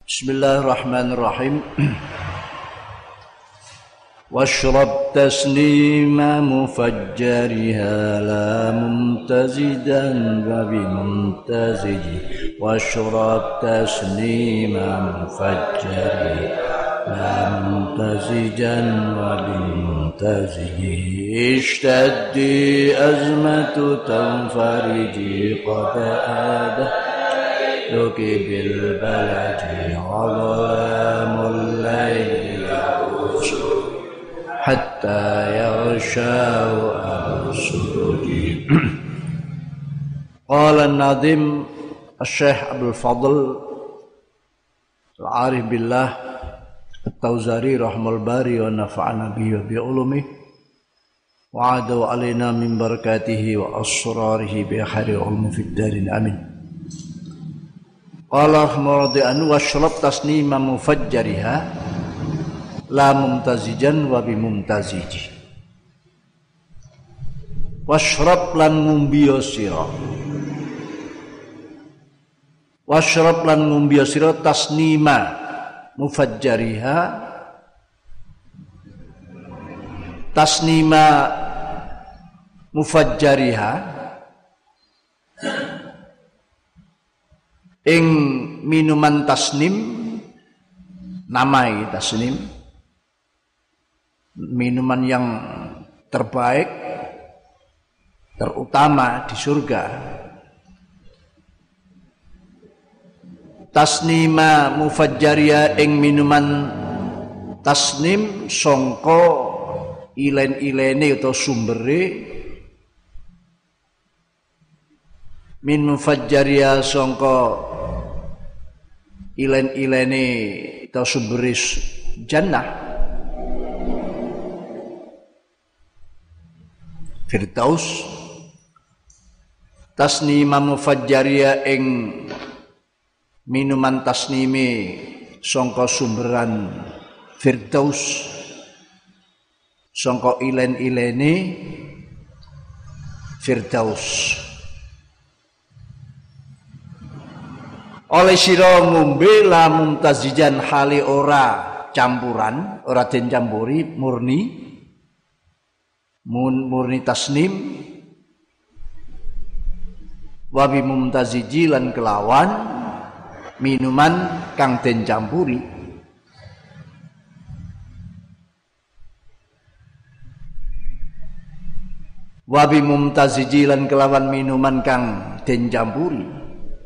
Bismillahirrahmanirrahim. Washrab taslima mufajjariha la mumtazidan wa bimumtaziji. Washrab taslima mufajjariha la mumtazidan wa bimumtaziji. Ishtaddi azmatu tanfariji qad ada Luki bil baladi Alamul layli Hatta yarshau al-suruji. Qala an-nadhim Al-Syekh Abdul Fadl Al-Arif Billah At-Tawzari Rahmul Bari wa nafa'ana bihi wa bi'ulumih wa adu alaina min barakatihi wa asrarihi bi khairi ulmi fid darin amin. Qala muradi'an washrab tasnima mufajjariha la mumtazijan wa bimumtaziji. Washrab lan ngumbiya sira. Washrab lan ngumbiya sira tasnima mufajjariha. Tasnima mufajjariha ing minuman tasnim, namai tasnim, minuman yang terbaik, terutama di surga. Tasnima mufajjaria ing minuman tasnim sangka ilen-ilene utawa sumbere, min mufajjaria sangka ilen-ilene atau sumber jannah Firdaus. Tasnima mufajjaria ing minuman tasnime sangka sumberan Firdaus, sangka ilen-ilene Firdaus. Oleh sira ngombe la mumtazijan hale ora campuran, ora den campuri, murni tasnim wa bi mumtaziji lan kelawan minuman kang den campuri. Wa bi mumtaziji lan kelawan minuman kang den campuri.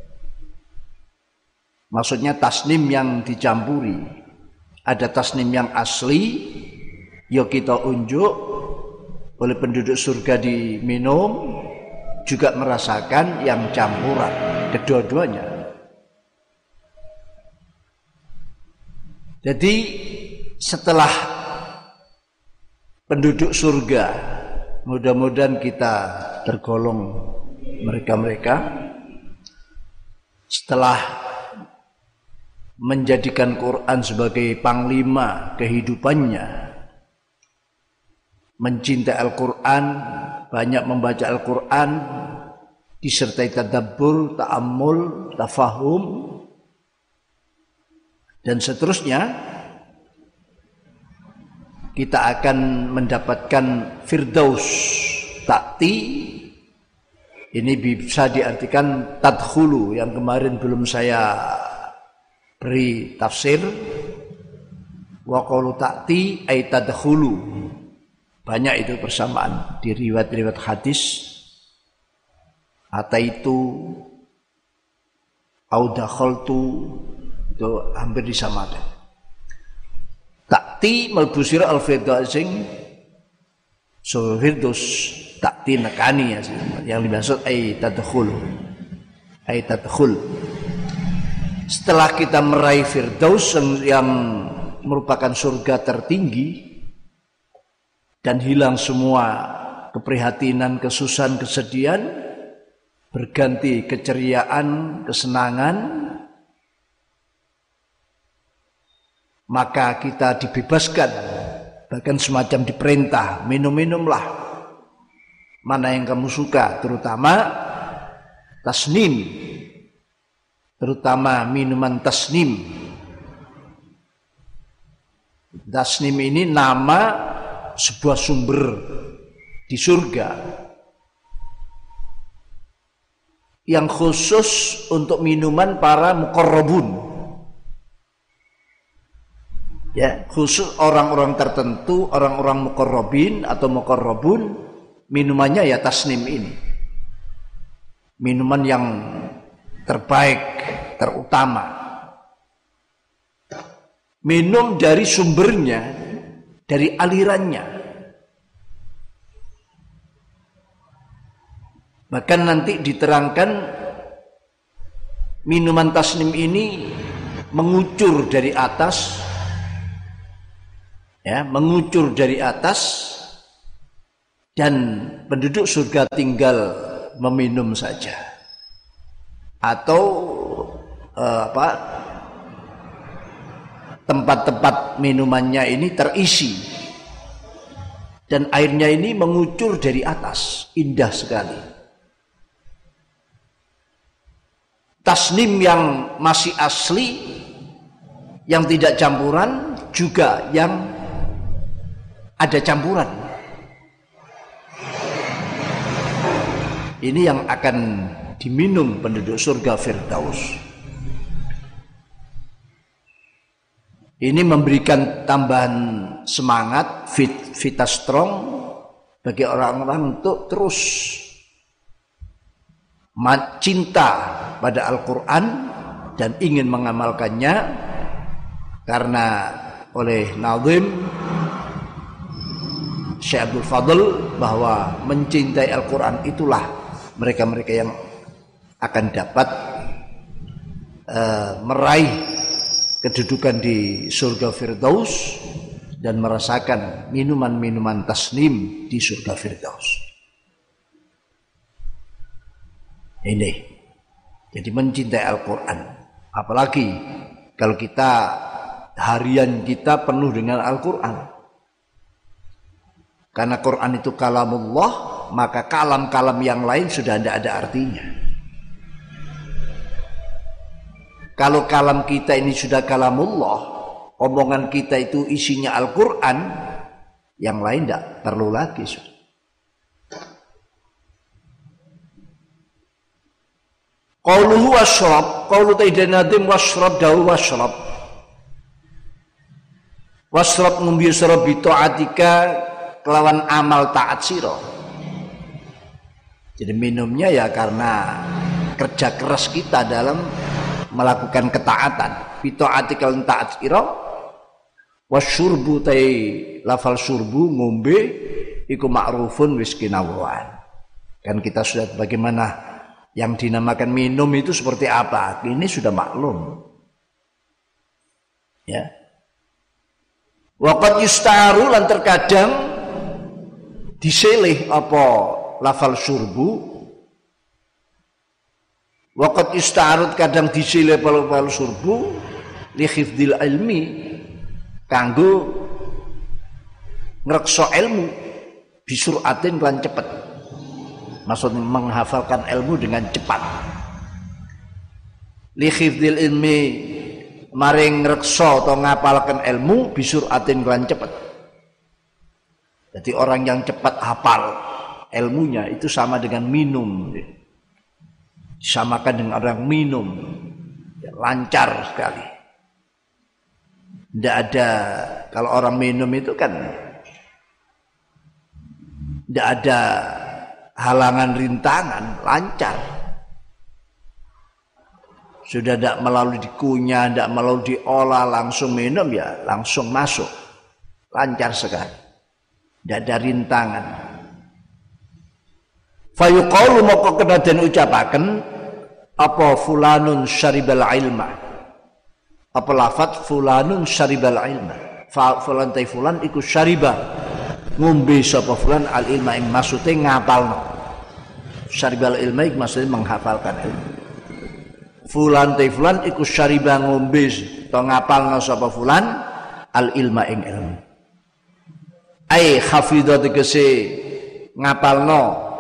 Maksudnya tasnim yang dicampuri. Ada tasnim yang asli, ya kita unjuk oleh penduduk surga diminum, juga merasakan yang campuran, kedua-duanya. Jadi setelah penduduk surga, mudah-mudahan kita tergolong mereka-mereka, setelah menjadikan Quran sebagai panglima kehidupannya, mencintai Al-Quran, banyak membaca Al-Quran, disertai tadabbur, ta'ammul, tafahum, dan seterusnya, kita akan mendapatkan Firdaus Ta'ti. Ini bisa diartikan tadkhulu, yang kemarin belum saya beri tafsir. Wa qalu ta'ti ay tadkhulu. Banyak itu persamaan di riwayat-riwayat hadis. Ataitu au dakhaltu, itu hampir disamakan. Ta'ti mlebu sira al-firdaus sing firdaus, ta'ti nekani ya, yang dimaksud ay tadkhulu. Ay tadkhul. Setelah kita meraih Firdaus yang merupakan surga tertinggi dan hilang semua keprihatinan, kesusahan, kesedihan, berganti keceriaan, kesenangan, maka kita dibebaskan, bahkan semacam diperintah, minum-minumlah mana yang kamu suka, terutama tasnim, terutama minuman tasnim, Tasnim ini nama sebuah sumber di surga yang khusus untuk minuman para muqarrabun. Ya, khusus orang-orang tertentu, orang-orang muqarrabin atau muqarrabun, minumannya ya tasnim ini. Minuman yang terbaik, terutama. Minum dari sumbernya, dari alirannya. Bahkan nanti diterangkan minuman tasnim ini mengucur dari atas, ya, mengucur dari atas, dan penduduk surga tinggal meminum saja. Atau tempat-tempat minumannya ini terisi dan airnya ini mengucur dari atas, indah sekali. Tasnim yang masih asli, yang tidak campuran, juga yang ada campuran. Ini yang akan diminum penduduk surga Firdaus. Ini memberikan tambahan semangat, vita strong bagi orang-orang untuk terus cinta pada Al-Quran dan ingin mengamalkannya, karena oleh Nazim Syekh Abdul Fadl bahwa mencintai Al-Quran itulah mereka-mereka yang akan dapat meraih kedudukan di surga Firdaus dan merasakan minuman-minuman tasnim di surga Firdaus. Ini, jadi mencintai Al-Quran. Apalagi kalau kita harian kita penuh dengan Al-Quran. Karena Quran itu kalamullah, maka kalam-kalam yang lain sudah tidak ada artinya. Kalau kalam kita ini sudah kalamullah, omongan kita itu isinya Al-Quran, yang lain tidak perlu lagi. Qauluhu washrab, qaulu ta'idan nadim washrab dahu washrab. Washrab ngumbi sirah bita'atika kelawan amal taat sirah. Jadi minumnya ya karena kerja keras kita dalam melakukan ketaatan. Bita'atika lan taat sirah. Wasyurbu tai lafal surbu ngombe iku ma'rufun wis kinawuan. Kan kita sudah bagaimana yang dinamakan minum itu seperti apa? Ini sudah maklum. Ya. Waqad yustaru lan terkadang diselih apa lafal surbu. Waqad yustaru kadang diselih lafal surbu li hifdzil ilmi kanggo ngrekso ilmu bisuratin lan cepet. Maksud menghafalkan ilmu dengan cepat. Li hifdzil ilmi maring ngrekso atau ngapalkan ilmu bisuratin lan cepet. Jadi orang yang cepat hafal ilmunya itu sama dengan minum. Disamakan dengan orang minum. Lancar sekali. Tidak ada, kalau orang minum itu kan tidak ada halangan rintangan, lancar. Sudah tidak melalui dikunyah, tidak melalui diolah, langsung minum ya langsung masuk. Lancar sekali. Tidak ada rintangan. Fayuqalu maka kena den ucapaken apa fulanun syaribal ilma. Apa lafaz fulanun syaribal ilma. Fulan tai fulan iku syariba. Ngombe sapa fulan al ilma ing maksude ngapalno. Syaribal ilma iku maksude menghafalkan ilmu. Fulan tai fulan iku syariba ngombe to ngapalno sapa fulan al ilma ing ilmu. Ai hafidha tegese ngapalno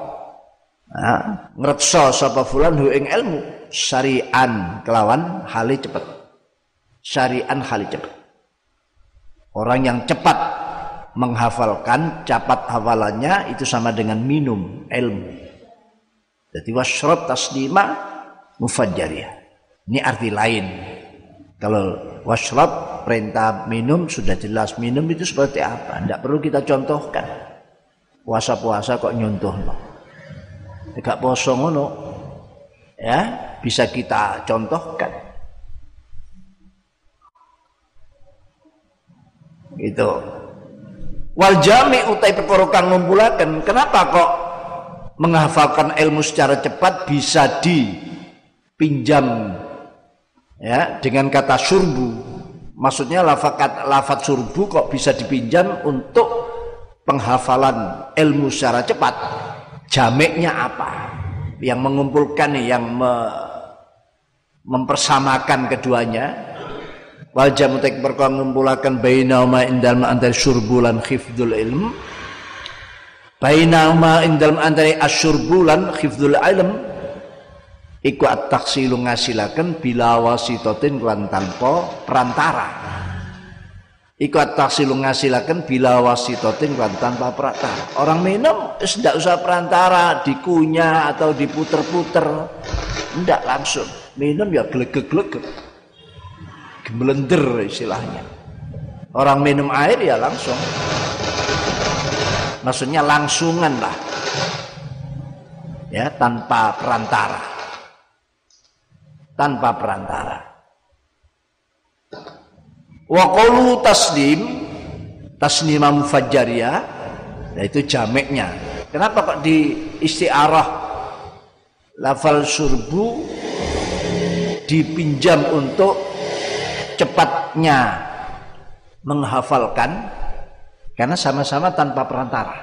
ngrekso sapa fulan hu ing ilmu syari'an kelawan hale cepet. Syari'an hale cepet. Orang yang cepat menghafalkan, cepat hafalannya itu sama dengan minum ilmu. Jadi wasyrab taslima mufajjariyah. Ini arti lain. Kalau wasyrab perintah minum sudah jelas, minum itu seperti apa, tidak perlu kita contohkan. Puasa-puasa kok nyontohno. Tidak poso ngono. Ya, bisa kita contohkan. Gitu. Wal jami' utai perkara kang ngumpulaken. Kenapa kok menghafalkan ilmu secara cepat bisa dipinjam ya dengan kata surbu? Maksudnya lafaz surbu kok bisa dipinjam untuk penghafalan ilmu secara cepat? Jamiknya apa? Yang mengumpulkan, yang mempersamakan keduanya. Wal jamu tek perkara ngumpulaken bainahuma indal antara syurbu lan hifdzul ilm. Bainahuma indal antara asyurbu lan hifdzul ilm iku at-taksilu ngasilaken bila wasitatin lan tanpa perantara. Iku at-taksilu ngasilaken bila wasitatin lan tanpa perantara. Orang minum tidak usah perantara, dikunyah atau diputer-puter. Tidak, langsung minum ya glegek-glegek. Gemelender istilahnya. Orang minum air ya langsung. Maksudnya langsungan lah. Ya, tanpa perantara. Tanpa perantara. Wa qalu tasnima mufajjariyah, yaitu jamiknya. Kenapa kok di isti'arah lafal surbu dipinjam untuk cepatnya menghafalkan? Karena sama-sama tanpa perantara.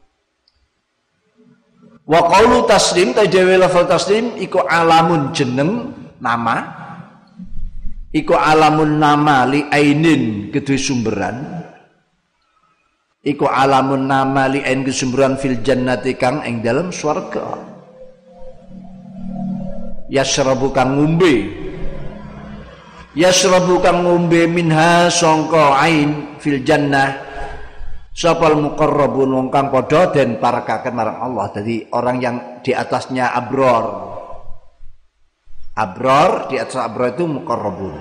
Wa qaulu taslim tajawi lafal taslim iku alamun jeneng nama, iku alamun nama li ainin kedue sumberan, iku alamun nama li ain kesumberan fil jannati kang ing dalam swarga. Yasrabu kang ngombe, yasrabu kang ngombe minha sangka ain fil jannah sapal muqarrabun wong kang padha den parekaken marang Allah. Jadi orang yang di atasnya abror di atas abror itu muqarrabun.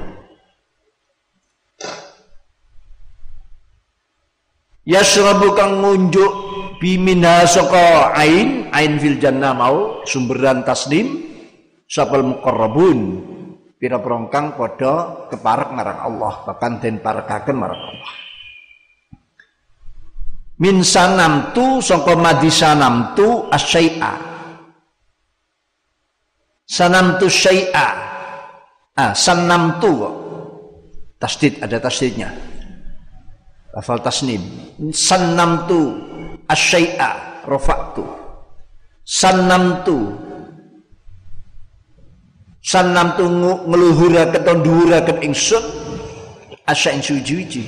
Yasrabu kang ngunjuk biminha saka ain fil jannah mau sumberan taslim sapal muqarrabun pira-pira kang padha keparek marang Allah, bahkan den parekaken marang Allah. Min sanamtu sangka madi sanamtu asyai'a. Sanamtu syai'a. Sanamtu tasdid, ada tasdidnya. Lafal tasnim. Sanamtu asyai'a rafa'tu. Sanamtu ngeluhuraken atau dhuwuraken ingsun asya'in suji-wiji.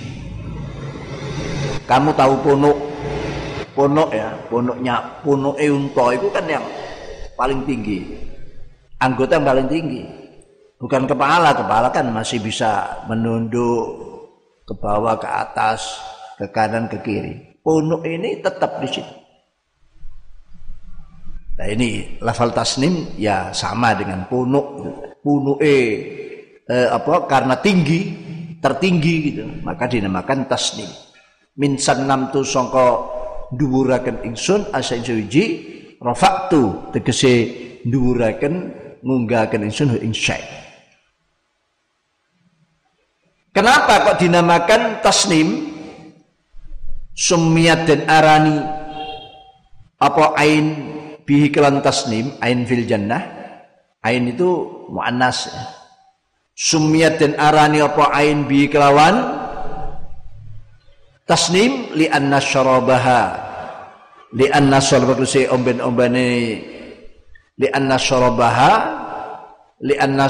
Kamu tahu ponok ya, ponok unta itu kan yang paling tinggi, anggota yang paling tinggi, bukan kepala kan masih bisa menunduk ke bawah, ke atas, ke kanan, ke kiri. Ponok ini tetap di situ. Nah ini lafal tasnim ya sama dengan ponok karena tinggi, tertinggi gitu, maka dinamakan tasnim. Min sanam tu sangka dhuwuraken ingsun asain suji rafa'tu tegese dhuwuraken ngunggahaken ingsun ing syai. Kenapa kok dinamakan tasnim? Sumiyat dan arani apa ain bihi kelan tasnim, ain fil jannah. Ain itu muannas. Sumiyat dan arani apa ain bihi kelawan tasnim li anna syarabaha, li anna syarabaha si omben-ombane, li anna syarabaha, li anna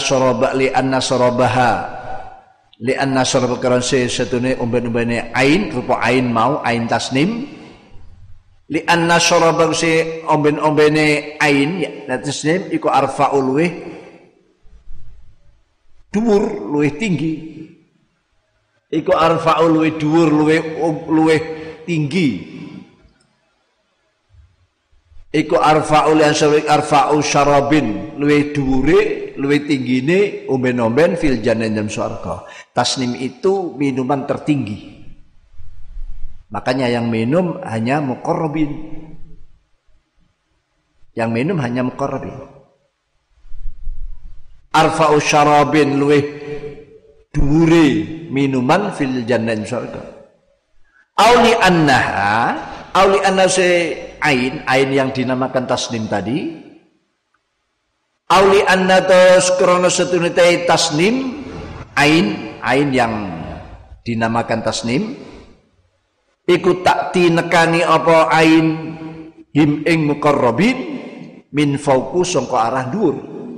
syarabaha karan si satune omben-ombane ain rupa ain mau ain tasnim, li anna syarabaha si omben-ombane ain ya tasnim iku arfa'ul luweh dhuwur, luweh tinggi. iku arfa'u luwih dhuwur luwih tinggi. Iku arfa'u arfa'u syarabin luwih dhuwure luwih tinggine omben-omben fil jannah dalam surga. Tasnim itu minuman tertinggi. Makanya yang minum hanya muqarrabin. Yang minum hanya muqarrabin. Arfa'u syarabin luwih dhuwure minuman fil jannah dalam surga. Auli anna se ain yang dinamakan tasnim tadi. Auli anna tos krono setunitai tasnim ain yang dinamakan tasnim iku takti nekani apa ain him ing muqarrabin min fauqu sangka arah dhuwur.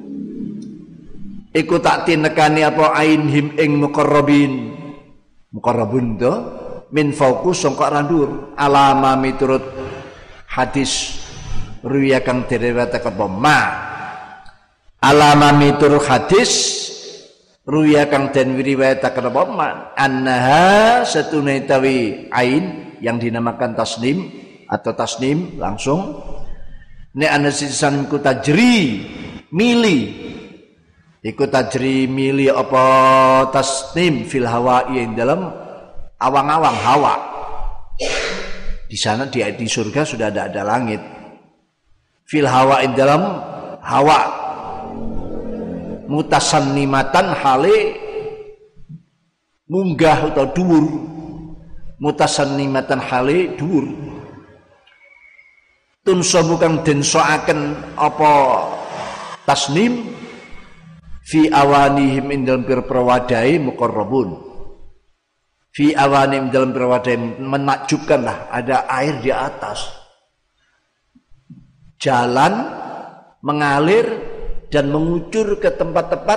Iku takti nekani apa ain him ing muqarrabun to min fauqu sangka arah dhuwur. Alama miturut hadis ruwiya kang diriwayatake ma alama miturut hadis ruwiya kang den riwayatake ma annaha satune tawi ain yang dinamakan tasnim atau tasnim langsung ne ana sisan ku tajri mili iku tajri mili apa tasnim fil hawa ing dalam awang-awang hawa. Di sana di surga sudah ada langit. Fil hawa dalam hawa mutasannimatan hale munggah atau dhuwur. Mutasannimatan hale dhuwur. Tunsabu kang den soaken apa tasnim fi awanihim dalam perwadai muqarrabun. Fi awanim dalam perwadai menakjubkanlah ada air di atas jalan mengalir dan mengucur ke tempat-tempat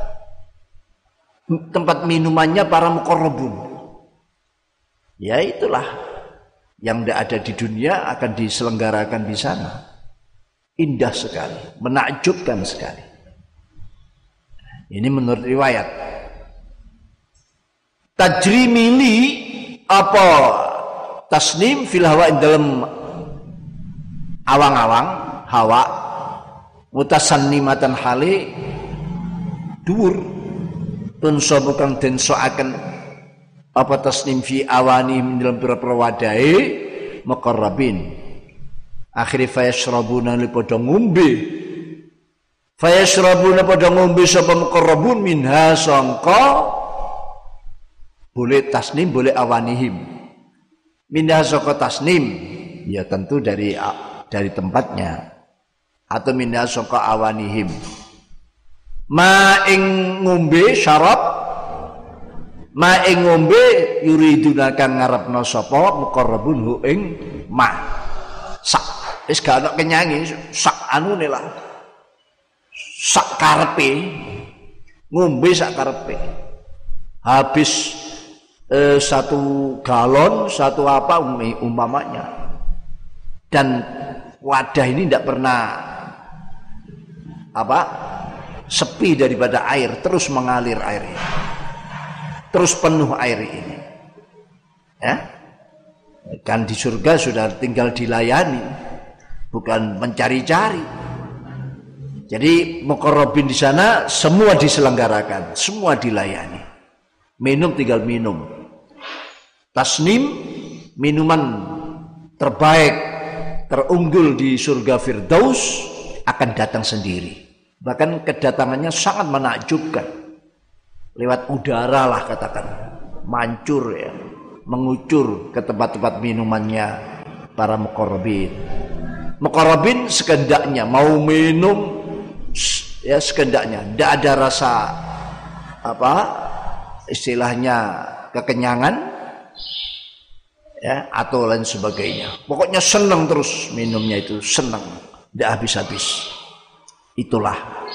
minumannya para muqarrabun. Ya itulah yang tidak ada di dunia akan diselenggarakan di sana. Indah sekali, menakjubkan sekali. Ini menurut riwayat. Tajri mili apa tasnim fil hawa dalam awang-awang hawa mutasannimatan hale dhuwur tunsabu kang den soaken apa tasnim fi awani dalam pira-pira wadahe muqarrabin akhire fayashrabuna li padha ngombe sapa muqarrabun minha sangka boleh tasnim, boleh awanihim. Mindah saka tasnim, ya tentu dari tempatnya. Atau mindah saka awanihim. Ma ing ngombe syarab, ma ing ngombe yuriduna kang ngarepna sapa muqarrabun hu ing ma. Sak wis gak ana kenyangi, sak anune lah. Sak karepe. Ngombe sak karepe. Habis satu galon, satu apa umpamanya, dan wadah ini tidak pernah sepi daripada air, terus mengalir air ini, terus penuh air ini, ya kan di surga sudah tinggal dilayani, bukan mencari-cari. Jadi muqarrabin di sana semua diselenggarakan, semua dilayani, minum tinggal minum. Tasnim minuman terbaik terunggul di surga Firdaus akan datang sendiri. Bahkan kedatangannya sangat menakjubkan. Lewat udara lah katakan, mancur ya, mengucur ke tempat-tempat minumannya para muqarrabin. Muqarrabin sekendaknya mau minum ya sekendaknya, tidak ada rasa istilahnya kekenyangan ya atau lain sebagainya. Pokoknya senang terus minumnya itu, senang, tidak habis-habis. Itulah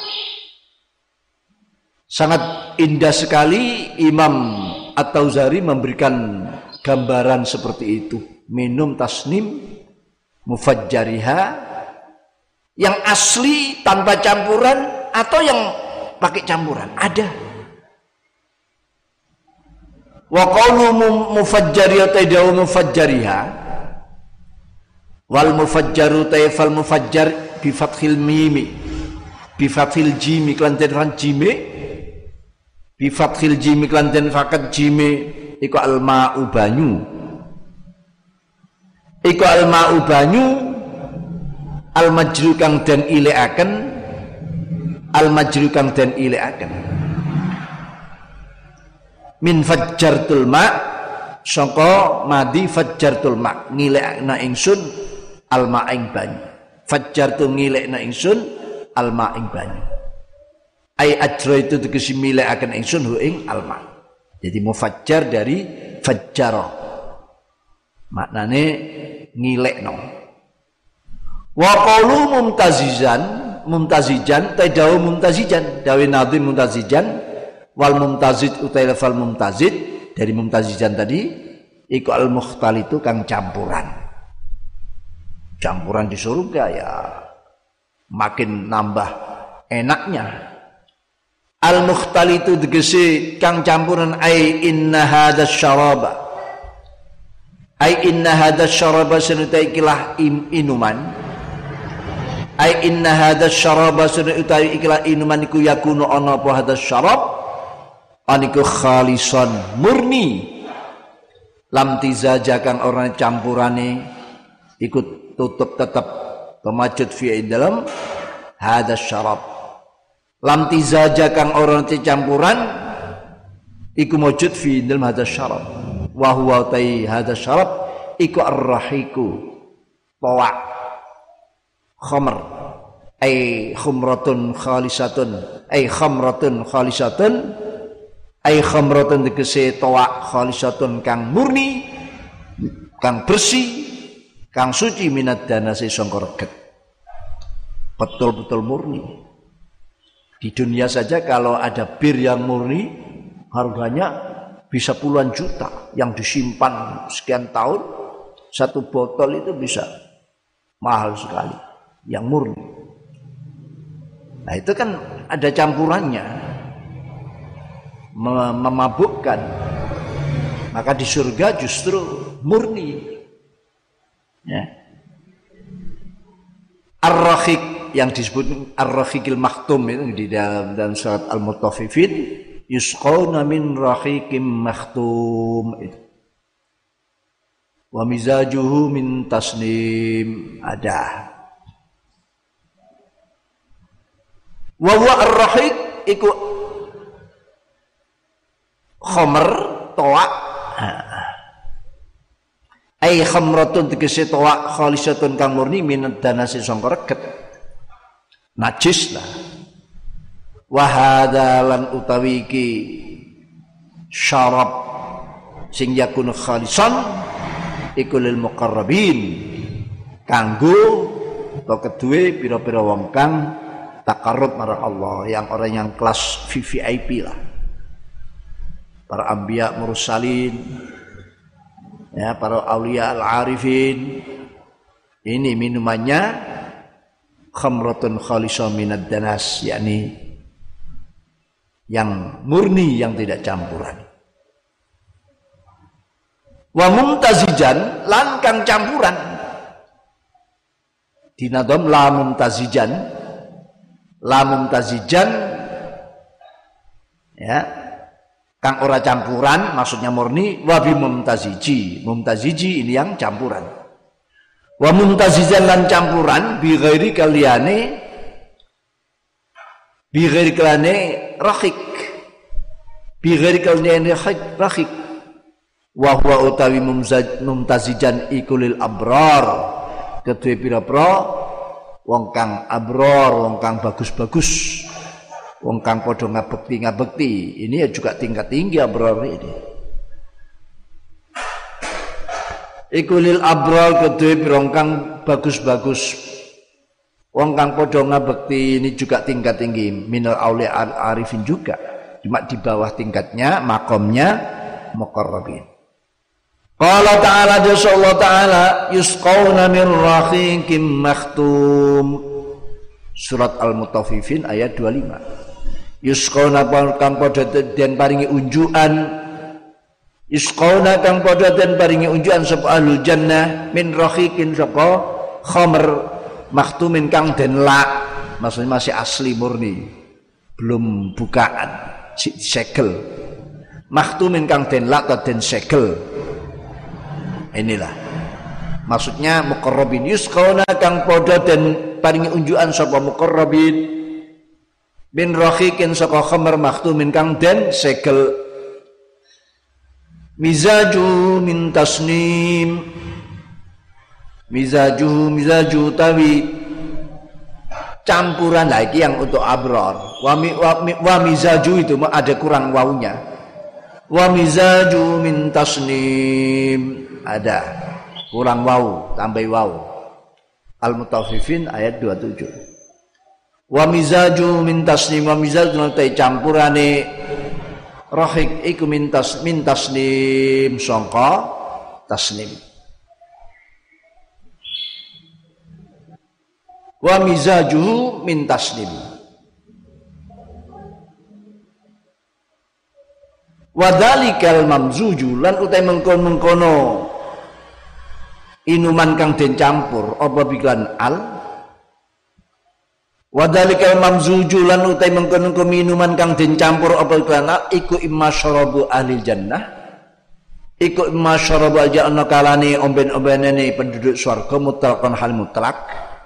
sangat indah sekali. Imam At-Tauzari memberikan gambaran seperti itu. Minum tasnim mufajjariha yang asli tanpa campuran atau yang pakai campuran, ada. Wa qawlu mufajjariyah taidaw mufajjariha wal mufajjaru taifal mufajjar bi fathil mimi bi fathil jimi klanten fan jime bi fathil jimi klanten fakat jime iku al ma'u banyu iku al ma'u banyu al majru kang den ilekaken al majru kang den ilekaken min fajjartul ma sangka madi fajjartul ma ngilekna ingsun al ma ing banyu fajjartu ngilekna ingsun al ma ing banyu ai ajra itu tegese milekaken ingsun hu ing al ma jadi mufajjar dari fajjara maknane ngilekno wa qaulu mumtazijan tadawu mumtazijan dawe nadhim mumtazijan wal mumtazid utai lafal mumtazid dari mumtazijan tadi iku al mukhtalitu kang campuran di surga ya makin nambah enaknya al mukhtalitu tegese kang campuran ai inna hadzal syaraba senutai ikilah inuman ai inna hadzal syaraba senutai ikilah inuman iku yakunu ana apa hadzal syarab aniku khalisan murni lam tizaja kang orang campurane ikut tutup tetap pemajud fi dalam hadas syarab lam tizaja kang orang campuran iku mujud fi dalam hadas syarab wa huwa tai hadas syarab iku ar-rahiku tawa khamr ay khumratun khalisatun ay khamratun khalisatun ai khamratun tegese tawa khalisatun kang murni kang bersih kang suci minad danasi sangka reget betul-betul murni di dunia saja kalau ada bir yang murni harganya bisa puluhan juta yang disimpan sekian tahun satu botol itu bisa mahal sekali yang murni nah itu kan ada campurannya memabukkan maka di surga justru murni ya. Ar-Rahiq yang disebut Ar-Rahiqil Maktum itu di dalam surat Al-Mutaffifin yusqawna min rahiqim maktum itu wa mizajuhu min tasnim ada wa huwa ar-rahiq iku khamr tawa ai khamratun tegese tawa khalisatun kang murni minad danasi sangka reget najis lah wa hadalan utawi iki syarab sing yakun khalisan iku lil muqarrabin kanggo atau kedue pira-pira wong kang takarrub marang Allah yang orang yang kelas VVIP lah para anbiya mursalin ya para aulia al-arifin ini minumannya khamratun khalisah minad danas yakni yang murni yang tidak campuran wa mumtazijan lan kang campuran dinadom la mumtazijan ya kang ora campuran maksudnya murni wa bi mumtaziji ini yang campuran wa mumtazizan lan campuran bi ghairi kaliyane rahiq wa huwa utawi mumtazijan ikulil abrar kedue pira-pira wong kang abror wong kang bagus-bagus wong kang padha ngabekti ini ya juga tingkat tinggi abrar ini iku lil abrar kedue wong kang bagus-bagus wong kang padha ngabekti ini juga tingkat tinggi minal aulia arifin juga cuma di bawah tingkatnya makomnya muqarrabin qala ta'ala jasallahu ta'ala yusqawna min rahiqim maktum surat al-mutaffifin ayat 25 yusqawna kang padha den paringi unjukan Yusqauna kang padha den paringi unjukan sapa ahlul jannah min rahiqin saka khamr makhtumin kang den lak, maksudnya masih asli murni, belum bukaan, segel. Makhtumin kang den lak atau den segel. Inilah maksudnya muqarrabin. Yusqauna kang padha den paringi unjukan sapa muqarrabin min rahiqin saka khamr makhtumin kang den segel. Mizaju min tasnim, mizaju tawi campuran lagi yang untuk abrar. Wa mizaju itu ada kurang wawunya. Wa mizaju min tasnim ada kurang wawu, tambah wawu. Al-Mutaffifin ayat 27. Wa mizaju min tasnim, wa mizaju tawi campurane rahik iku min tasnim sangka tasnim. Wa mizajuhu min tasnim. Wa dzalikal mamzuju lan utai mengkono inuman kang den campur apa biklan al. Wadzalikal mamzuju lan utai mengkono minuman kang den campur apa kana iku imma syarabu ahli jannah, iku imma syarabu aja ana kalane omben-ombenane penduduk surga mutlaqan hal mutlak.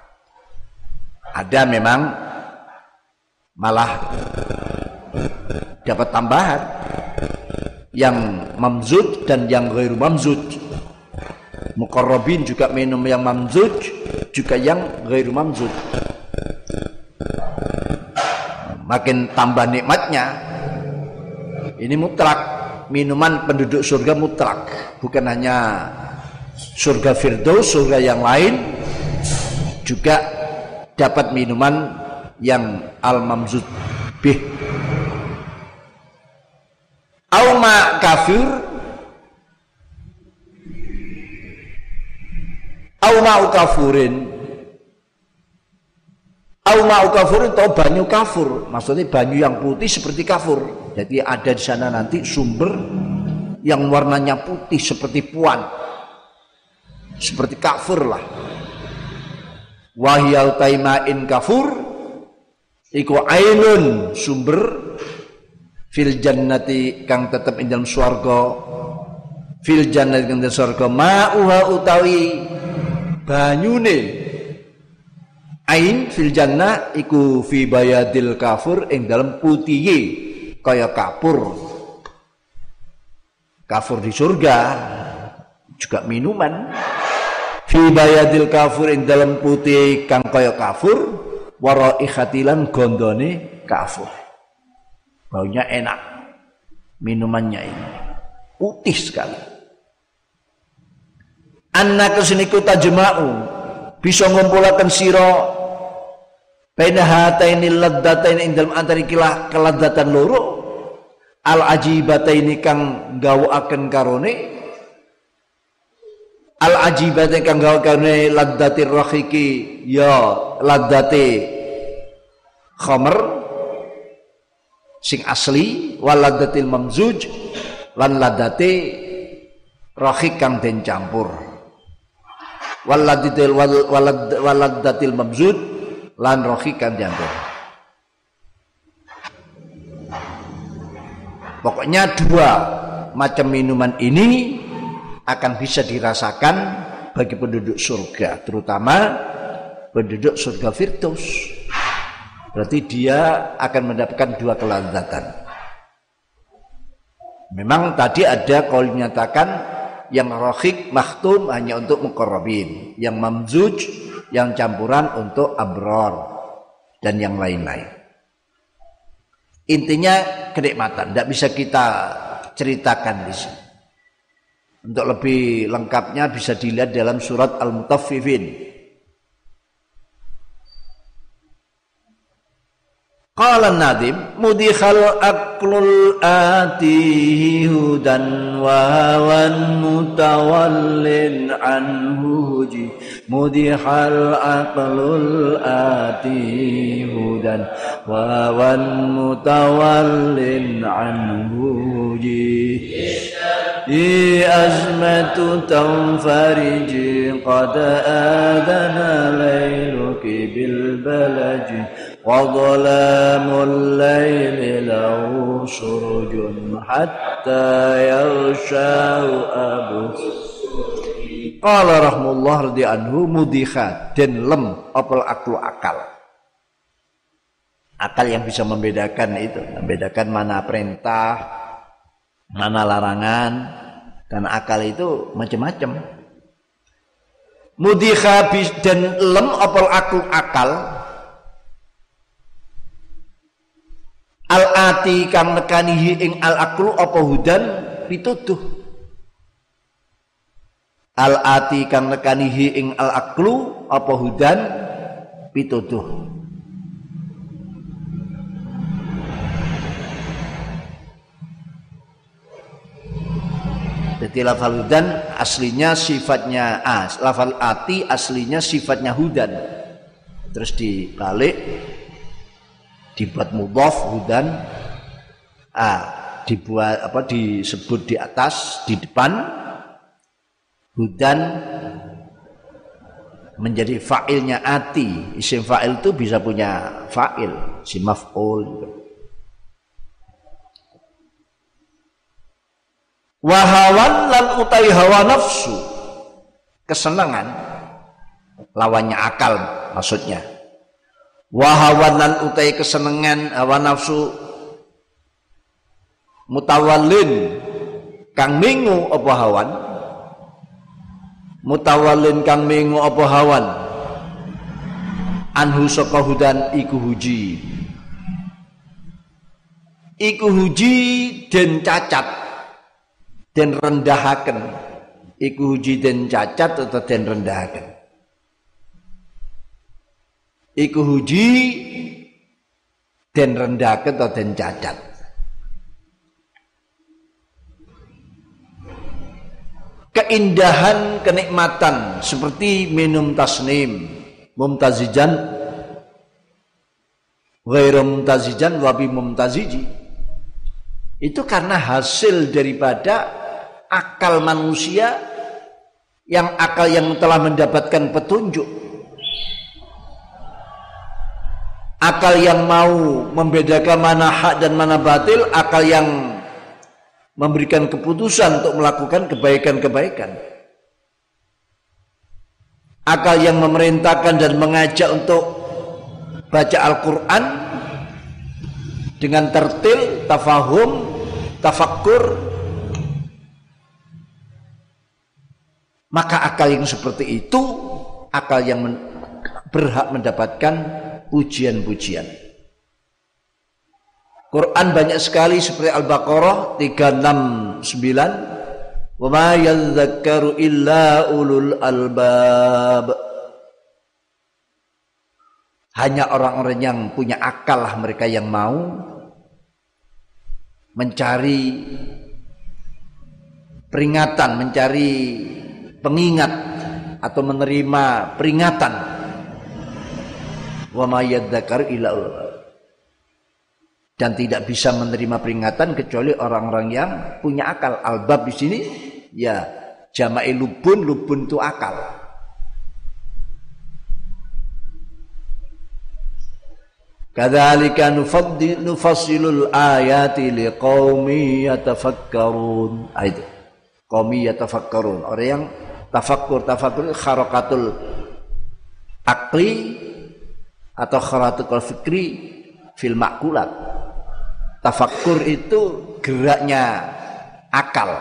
Ada memang malah dapat tambahan yang mamzud dan yang ghairu mamzud. Muqarrabin juga minum yang mamzud, juga yang ghairu mamzud. Makin tambah nikmatnya. Ini mutlak, minuman penduduk surga mutlak, bukan hanya surga Firdaus, surga yang lain juga dapat minuman yang al-mamzud bih. Auma kafir, auma kafurin. Auma kafur atau banyu kafur, maksudnya banyu yang putih seperti kafur. Jadi ada di sana nanti sumber yang warnanya putih seperti puan, seperti kafur lah. Wahyal taimain kafur, iku ainun sumber fil jannati kang tetep ing dalam swarga, fil jannati kang dalam swarga ma'uha utawi banyune. Ain fil jannah iku fi bayadil kafur ing dalam putihe kaya kapur. Kafur di surga juga minuman. Fi bayadil kafur ing dalam putih kang kaya kafur, wa raihatilan gondone kafur. Baunya enak. Minumannya ini putih sekali. Annaka siniku tajma'u bisa ngumpulaken sira baina hataini laddataini ing dalem antari keladzatan loro al ajibataini kang gawakaken karone al ajibataini kang gawakaken laddatir rahiqi ya laddate khamr sing asli wal laddatil mamzuj lan laddate rahiq kang den campur wal laddatil mamzud lan rohikan diambil. Pokoknya dua macam minuman ini akan bisa dirasakan bagi penduduk surga, terutama penduduk surga Firdaus. Berarti dia akan mendapatkan dua kelezatan. Memang tadi ada qaul menyatakan yang rohik makhtum hanya untuk muqarrabin, yang mamzuj yang campuran untuk abror dan yang lain-lain. Intinya kenikmatan, tidak bisa kita ceritakan di sini. Untuk lebih lengkapnya bisa dilihat dalam surat Al-Mutaffifin. Qala an-nadim mudhikhal aqlul atihi hudan wa hawan mutawallin anhu huji mudhikhal aqlul atihi hudan wa hawan mutawallin anhu huji أزمة تنفرج قد آذن ليلك بالبلج وظلام الليل له سرج حتى يغشاه أبو Qala rahmullah radhi anhu mudikha dan lem apel aklu akal. Akal yang bisa membedakan itu, membedakan mana perintah, mana larangan, dan akal itu macam-macam. Mudikha dan lem apel aklu akal. Al-ati kang nekanihi ing al-aklu apa hudan pituduh. Al-ati kang nekanihi ing al-aklu apa hudan pituduh. Jadi lafal hudan aslinya sifatnya lafal ati aslinya sifatnya hudan. Terus dibalik dibuat mudhaf hudan dibuat disebut di atas di depan hudan menjadi fa'ilnya ati. Isim fa'il itu bisa punya fa'il, si maf'ul. Wahawan lan utai hawa nafsu, kesenangan lawannya akal maksudnya. Wahawan lan utai kesenangan hawa nafsu mutawallin kang mingu apa hawan, mutawallin kang mingu apa hawan anhu saka hudan iku huji den cacat den rendahaken iku huji den cacat atau den rendahaken iku huji den rendahaken atau den cacat. Keindahan, kenikmatan seperti minum tasnim, mumtazijan, ghairu mumtazijan, wabi mumtaziji. Itu karena hasil daripada akal manusia yang akal yang telah mendapatkan petunjuk. Akal yang mau membedakan mana hak dan mana batil, akal yang memberikan keputusan untuk melakukan kebaikan-kebaikan. Akal yang memerintahkan dan mengajak untuk baca Al-Quran dengan tertil, tafahum, tafakkur. Maka akal yang seperti itu, akal yang berhak mendapatkan pujian-pujian. Quran banyak sekali seperti Al-Baqarah 369 wa ma yadhakkaru illa ulul albab. Hanya orang-orang yang punya akal lah mereka yang mau mencari peringatan, mencari pengingat atau menerima peringatan. Wa ma yadhakkaru illa ulul albab. Dan tidak bisa menerima peringatan kecuali orang-orang yang punya akal. Albab di sini ya jama'i lubun, lubun itu akal. Kadzalika nufassilul ayati liqaumi yatafakkarun. Itu qaumi yatafakkarun. Orang yang tafakkur kharakatul akli atau kharakatul fikri fil makulat. Tafakkur itu geraknya akal.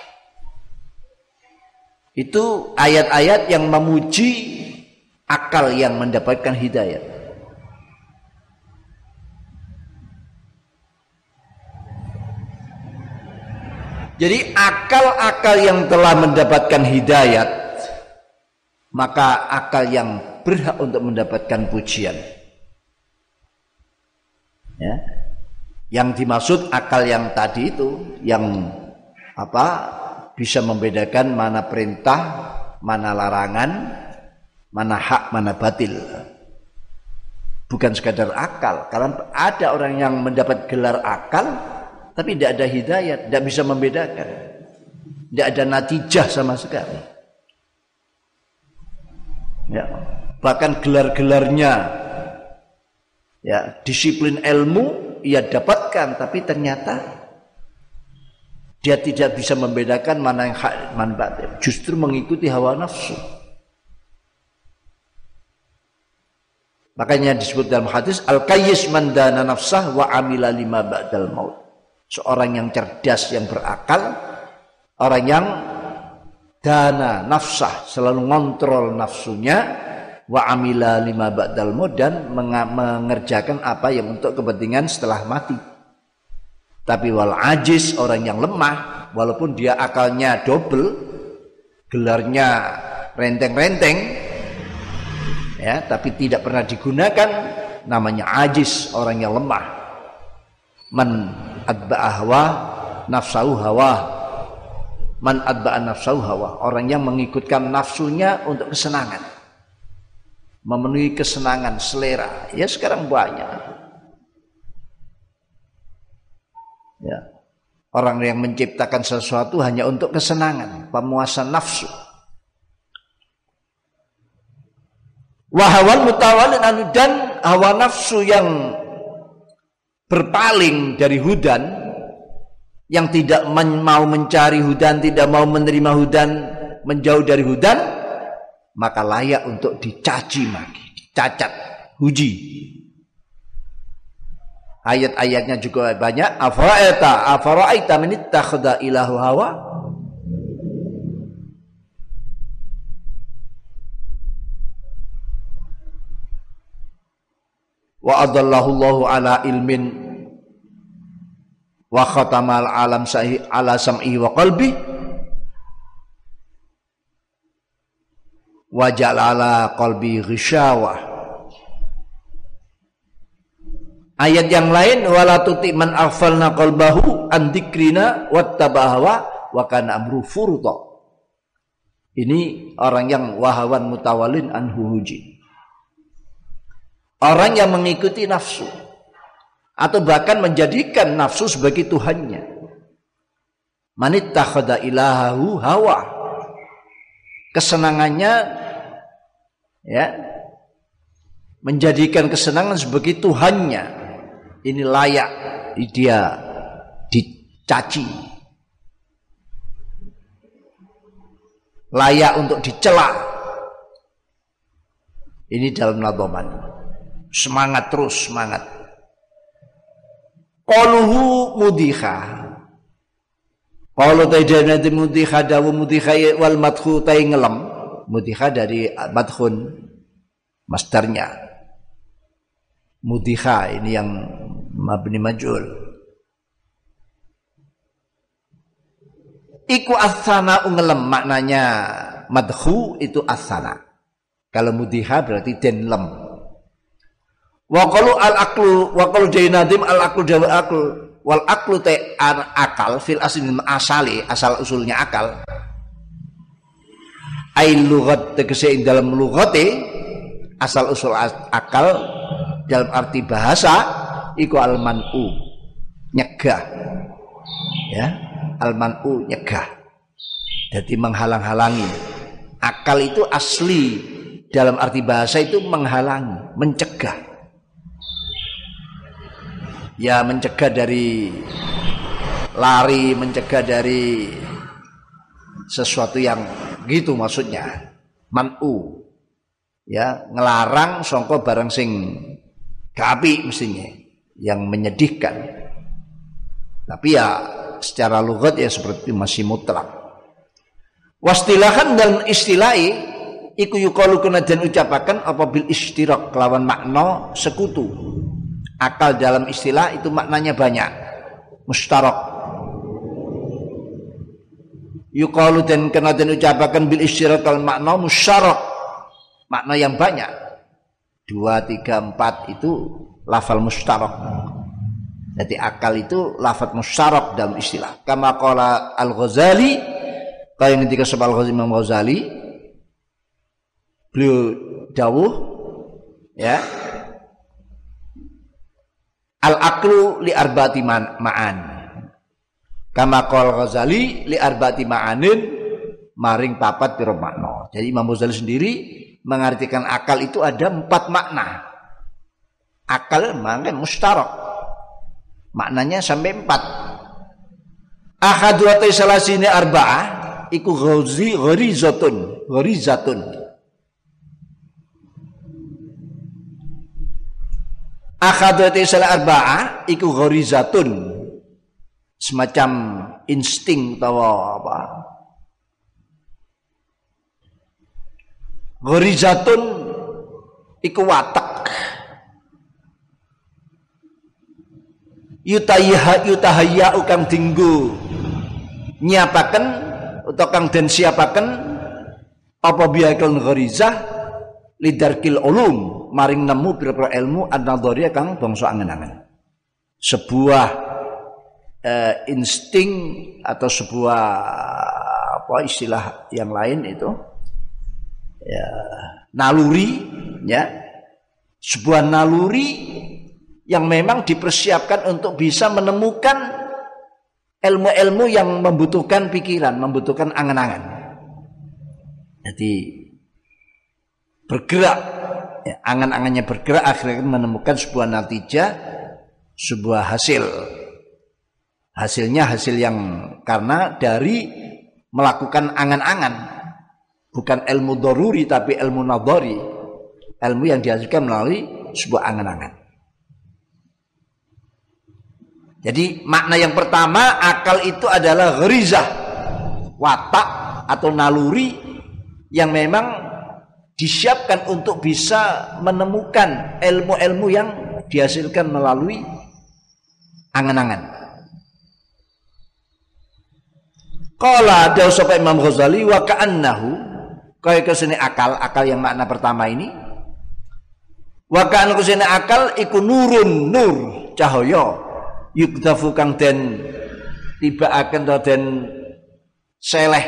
Itu ayat-ayat yang memuji akal yang mendapatkan hidayah. Jadi akal-akal yang telah mendapatkan hidayat, maka akal yang berhak untuk mendapatkan pujian. Ya. Yang dimaksud akal yang tadi itu yang bisa membedakan mana perintah, mana larangan, mana hak, mana batil. Bukan sekadar akal. Karena ada orang yang mendapat gelar akal tapi tidak ada hidayat, tidak bisa membedakan. Tidak ada natijah sama sekali. Ya, bahkan gelar-gelarnya, ya, disiplin ilmu ia dapatkan, tapi ternyata dia tidak bisa membedakan mana yang hak, mana batil. Justru mengikuti hawa nafsu. Makanya disebut dalam hadis al-qayyis man dana nafsah wa amila lima ba'dal maut. Seorang yang cerdas, yang berakal, orang yang dana nafsah, selalu ngontrol nafsunya, wa amila lima ba'dal maut, dan mengerjakan apa yang untuk kepentingan setelah mati. Tapi wal ajiz, orang yang lemah, walaupun dia akalnya double, gelarnya renteng-renteng, ya, tapi tidak pernah digunakan, namanya ajiz, orang yang lemah. Man atba'a hawa nafsahu hawa, man atba'a nafsahu hawa, orang yang mengikutkan nafsunya untuk kesenangan, memenuhi kesenangan selera. Ya sekarang banyak, ya, orang yang menciptakan sesuatu hanya untuk kesenangan, pemuasan nafsu. Wahawal mutawalin anu, dan hawa nafsu yang berpaling dari hudan, yang tidak mau mencari hudan, tidak mau menerima hudan, menjauh dari hudan, maka layak untuk dicaci maki, dicacat, huji. Ayat-ayatnya juga banyak. Afara'aita man ittakhadha ilahu hawa, wa adallahu Allahu ala ilmin wa khatamal alam sahih ala sam'i wa qalbi wa ja'ala qalbi ghisyawah. Ayat yang lain, wala tuti man aghfalna qalbahu an dzikrina wattaba'a wa kana amru furta. Ini orang yang wahawan mutawallin anhu huji. Orang yang mengikuti nafsu, atau bahkan menjadikan nafsu sebagai Tuhannya. Manittakhadha ilahahu hawa, kesenangannya, ya, menjadikan kesenangan sebagai Tuhannya. Ini layak dia dicaci, layak untuk dicela. Ini dalam nadhaman. Semangat terus, semangat. Qaluhu mudikha, qalu tajdana mudikha, dawu mudikha wal madhu tay ngelem. Mudikha dari madhun, masdarnya. Mudikha ini yang mabni maj'ul. Iku asana ngelem, maknanya madhu itu asana. Kalau mudikha berarti den lem. Wa qalu al aqlu, wa qalu jainadim al aqlu dawa aql, wal aqlu ta akal fil asli asali, asal usulnya akal. Ai lughat, tegese dalam lughate, asal usul akal dalam arti bahasa iku al man'u, nyegah. Ya, al man'u nyegah. Jadi menghalang-halangi. Akal itu asli dalam arti bahasa itu menghalangi, mencegah. Ya, mencegah dari lari, mencegah dari sesuatu yang gitu maksudnya. Man'u, ya, ngelarang sangka barang sing gapi mestinya, yang menyedihkan. Tapi ya secara lughat ya seperti masih mutlak. Wastilahan dan istilahi iku yuqalu kuna dan ucapaken apa bil istirak kelawan makna sekutu. Akal dalam istilah itu maknanya banyak, mustarak. Yuqalu dan kena dan ucapakan bil istirak kal makna musyarak, makna yang banyak. 2, 3, 4 itu lafal mustarak. Jadi akal itu lafaz musyarak dalam istilah. Kama qala Al-Ghazali, kaya ketika sebal Imam Ghazali, beliau dawuh, ya, al-aqlu li arba'ati ma'an. Kama qala Ghazali li arba'ati ma'anin maring papat pira makna. Jadi Imam Ghazali sendiri mengartikan akal itu ada 4 makna. Akal maknanya mustarak. Maknanya sampai 4. Ahadu wa salasini arba'ah iku gharizatun. Ahadu wa salasini arba'ah iku gharizatun. Semacam insting atau apa? Gharizatun iku watak. Yutahayya kang dinggo nyiapaken utawa kang den siapaken apa biakal gharizah lidarkil ulum maring nemu pira-pira ilmu an-nadhariyah kang bangsa angen-angen. Sebuah insting atau sebuah apa istilah yang lain itu ya, naluri ya, sebuah naluri yang memang dipersiapkan untuk bisa menemukan ilmu-ilmu yang membutuhkan pikiran, membutuhkan angan-angan. Jadi bergerak ya, angan-angannya bergerak akhirnya menemukan sebuah natijah, sebuah hasilnya hasil yang karena dari melakukan angan-angan, bukan ilmu daruri tapi ilmu nadhari, ilmu yang dihasilkan melalui sebuah angan-angan. Jadi makna yang pertama, akal itu adalah gharizah, watak atau naluri yang memang disiapkan untuk bisa menemukan ilmu-ilmu yang dihasilkan melalui angan-angan. Qala ada sapa Imam Ghazali wa ka'annahu kaya kesene akal yang makna pertama ini wa ka'annahu kesene akal iku nurun nur cahaya yukdafu kang den tibaaken to den seleh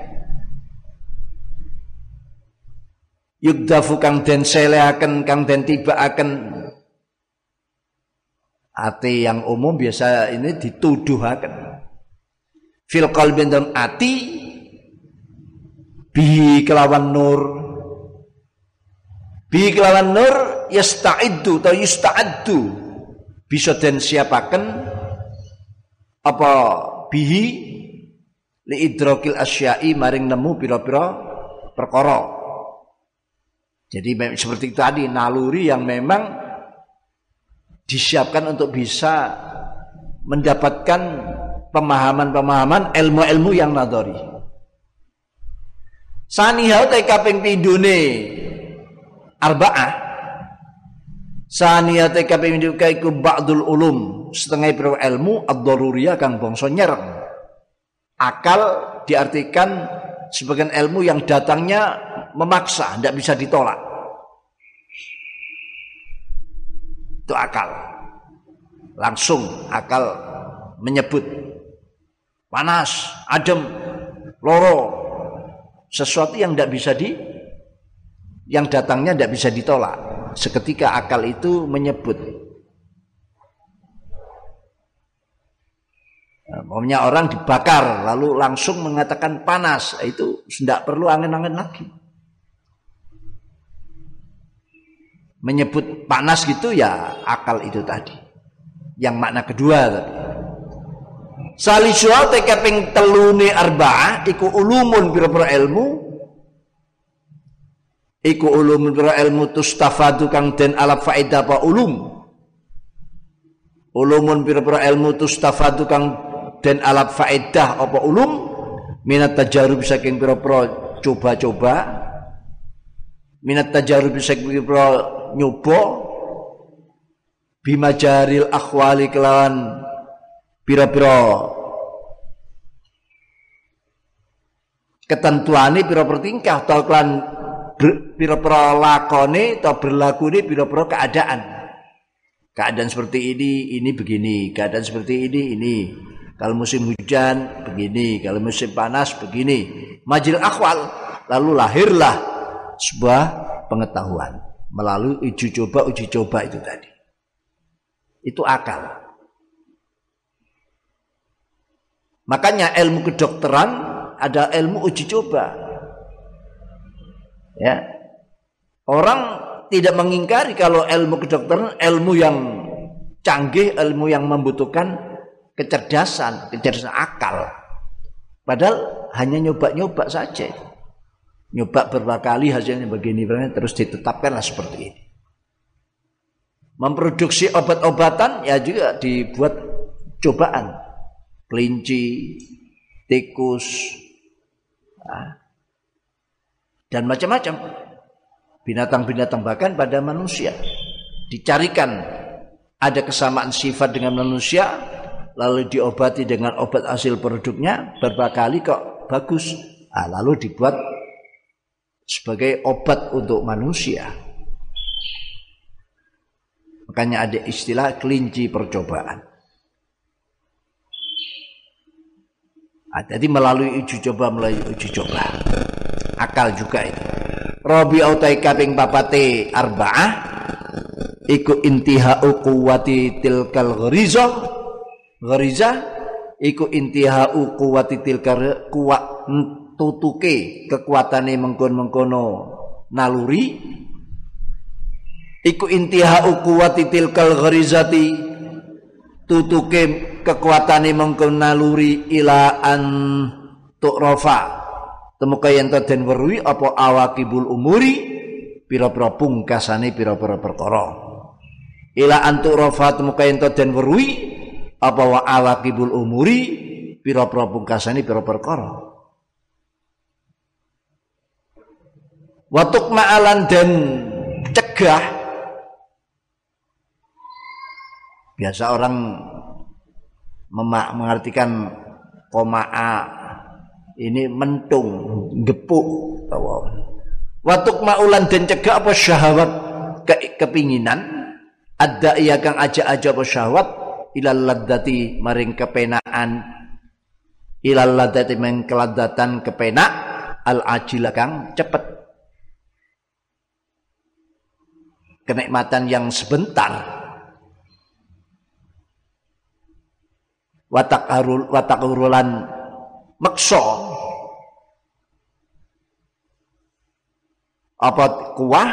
yukdafu kang den selehaken kang den tibaaken ati yang umum biasa ini dituduhaken fil qalbi dalam ati bihi kelawan nur yasta'iddu atau yusta'addu bisa den siapaken apa bihi li idrakil asya'i maring nemu pira-pira perkara. Jadi seperti itu tadi, naluri yang memang disiapkan untuk bisa mendapatkan pemahaman-pemahaman ilmu-ilmu yang nadhari. Sanihau te kaping pindune arba'ah. Sanihau te kaping pindune iku ba'dul ulum, setengah pira ilmu ad-daruriyah kang bangsa nyereng. Akal diartikan sebagai ilmu yang datangnya memaksa, tidak bisa ditolak. Itu akal. Langsung akal menyebut panas, adem, loro, sesuatu yang tidak bisa yang datangnya tidak bisa ditolak. Seketika akal itu menyebut. Umpamanya orang dibakar lalu langsung mengatakan panas, itu tidak perlu angen-angen lagi. Menyebut panas gitu ya akal itu tadi. Yang makna kedua tadi. Salisual te kaping telune arba'ah iku ulumun pira-pira ilmu. Iku ulumun pira ilmu tustafadu kang den alaf faedah apa ulum. Ulumun pira-pira ilmu tustafadu kang den alaf faedah apa ulum. Minat tajarub saking pira-pira coba-coba. Minat tajarub saking pira-pira nyoba. Bimajaril akhwali kelawan pira-pira ketentuane pira-pira tingkah atau kelan pira-pira lakone atau berlakune pira-pira keadaan. Keadaan seperti ini begini, keadaan seperti ini. Kalau musim hujan begini, kalau musim panas begini. Majil akhwal, lalu lahirlah sebuah pengetahuan melalui uji coba itu tadi. Itu akal. Makanya ilmu kedokteran ada ilmu uji coba. Ya. Orang tidak mengingkari kalau ilmu kedokteran ilmu yang canggih, ilmu yang membutuhkan kecerdasan akal. Padahal hanya nyoba-nyoba saja. Nyoba beberapa kali hasilnya begini, terus ditetapkanlah seperti ini. Memproduksi obat-obatan ya juga dibuat cobaan. Kelinci, tikus, dan macam-macam. Binatang-binatang bahkan pada manusia. Dicarikan ada kesamaan sifat dengan manusia, lalu diobati dengan obat hasil produknya, beberapa kali kok bagus. Lalu dibuat sebagai obat untuk manusia. Makanya ada istilah kelinci percobaan. Jadi melalui uji coba. Akal juga itu. Robi autai kaping papate arba'ah iku intihau quwwati tilkal gharizah iku intihau quwwati tilkal tutuke kekuatane mengkon-mengkono naluri iku intihau quwwati tilkal gharizati tutuke kekuatane mengkon naluri ila an tu'rafa temuka yen den weruhi apa awakibul umuri pira-pira pungkasane pira-pira perkara ila antu rafa temuka yen den weruhi apa wa awakibul umuri pira-pira pungkasane pira-pira perkara watuk ma'alan dan cegah. Biasa orang mengartikan koma'a ini mentung, gepuk. Watuk ma'ulan dan cegah apa syahwat kepinginan ada iya kang aja-aja apa syahwat ilal ladati maring kepenaan ilal ladati maring keladatan kepenak al ajila kang cepet kenikmatan yang sebentar watak urulan makso apa kuah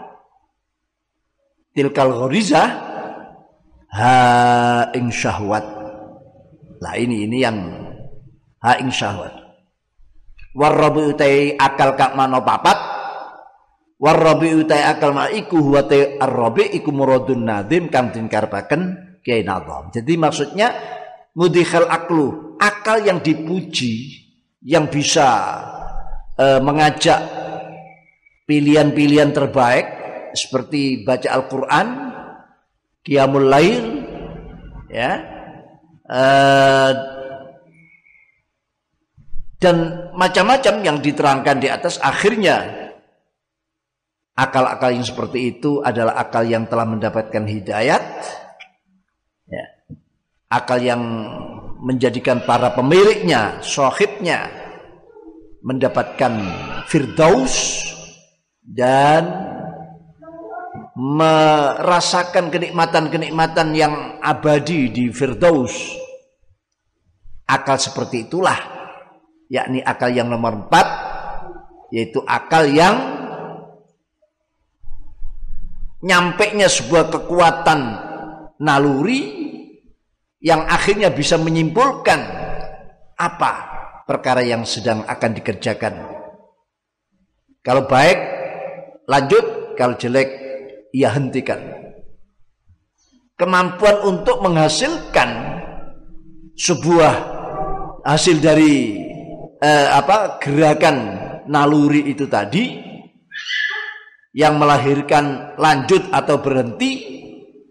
tilkal gharizah ha ing syahwat. Lah ini yang ha ing syahwat. Warabi utai akal kak mano papat. Warabi utai akal ma iku huwa te arabi iku muradun nadim kang den karepaken Kiai Nazam. Jadi maksudnya mudhikhal aklu, akal yang dipuji, yang bisa mengajak pilihan-pilihan terbaik seperti baca Al-Quran, Qiyamul Lail, ya, dan macam-macam yang diterangkan di atas. Akhirnya akal-akal yang seperti itu adalah akal yang telah mendapatkan hidayat, ya. Akal yang menjadikan para pemiliknya, sahibnya mendapatkan firdaus dan merasakan kenikmatan-kenikmatan yang abadi di firdaus. Akal seperti itulah, yakni akal yang nomor 4, yaitu akal yang nyampainya sebuah kekuatan naluri yang akhirnya bisa menyimpulkan apa perkara yang sedang akan dikerjakan. Kalau baik lanjut, kalau jelek ia hentikan. Kemampuan untuk menghasilkan sebuah hasil dari gerakan naluri itu tadi yang melahirkan lanjut atau berhenti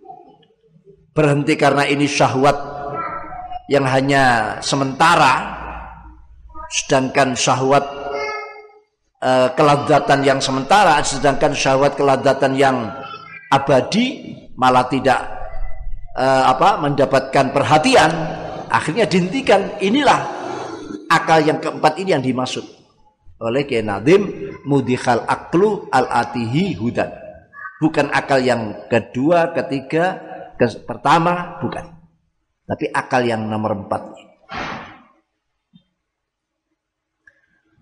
karena ini syahwat yang hanya sementara, sedangkan syahwat keladatan yang sementara, sedangkan syahwat keladatan yang abadi malah tidak mendapatkan perhatian, akhirnya dihentikan. Inilah akal yang keempat ini yang dimaksud oleh Kiai Nazim, mudhikhal aklu al-atihi hudan. Bukan akal yang kedua, ketiga, pertama, bukan. Tapi akal yang nomor 4.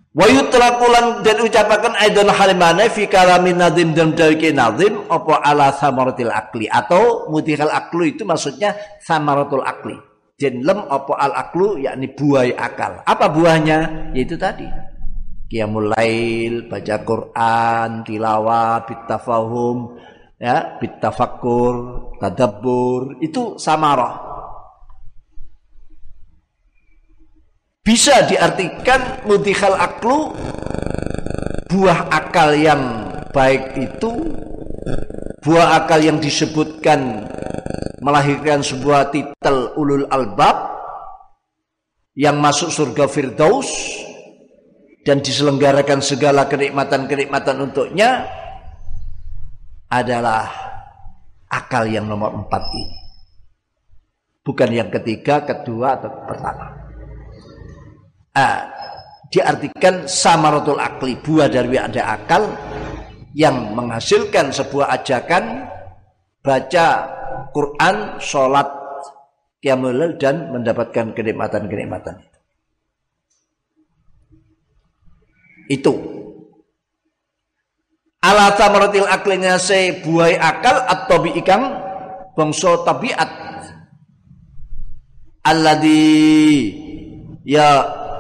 Wa yutraqulan dan ucapaken aidan halimane fi kalamin nazim dan dawiki nazim apa ala samaratil akli atau mudhikhal aklu itu maksudnya samaratul akli. Jenlem apa al aklu yakni buah akal. Apa buahnya? Yaitu tadi qiyamul lail, baca Quran, tilawah, bitafahum, ya, bitafakkur, tadabbur, itu samarah. Bisa diartikan mudhikhal aklu buah akal yang baik itu, buah akal yang disebutkan melahirkan sebuah titel ulul albab yang masuk surga Firdaus dan diselenggarakan segala kenikmatan-kenikmatan untuknya adalah akal yang nomor 4 ini. Bukan yang ketiga, kedua, atau pertama. Diartikan samaratul akli, buah dari ada akal yang menghasilkan sebuah ajakan baca Quran, sholat, qiyamul lail dan mendapatkan kenikmatan-kenikmatan itu. Ala tamaratil aklinya se buai akal atau bi ikang bangsa tabiat alladhi ya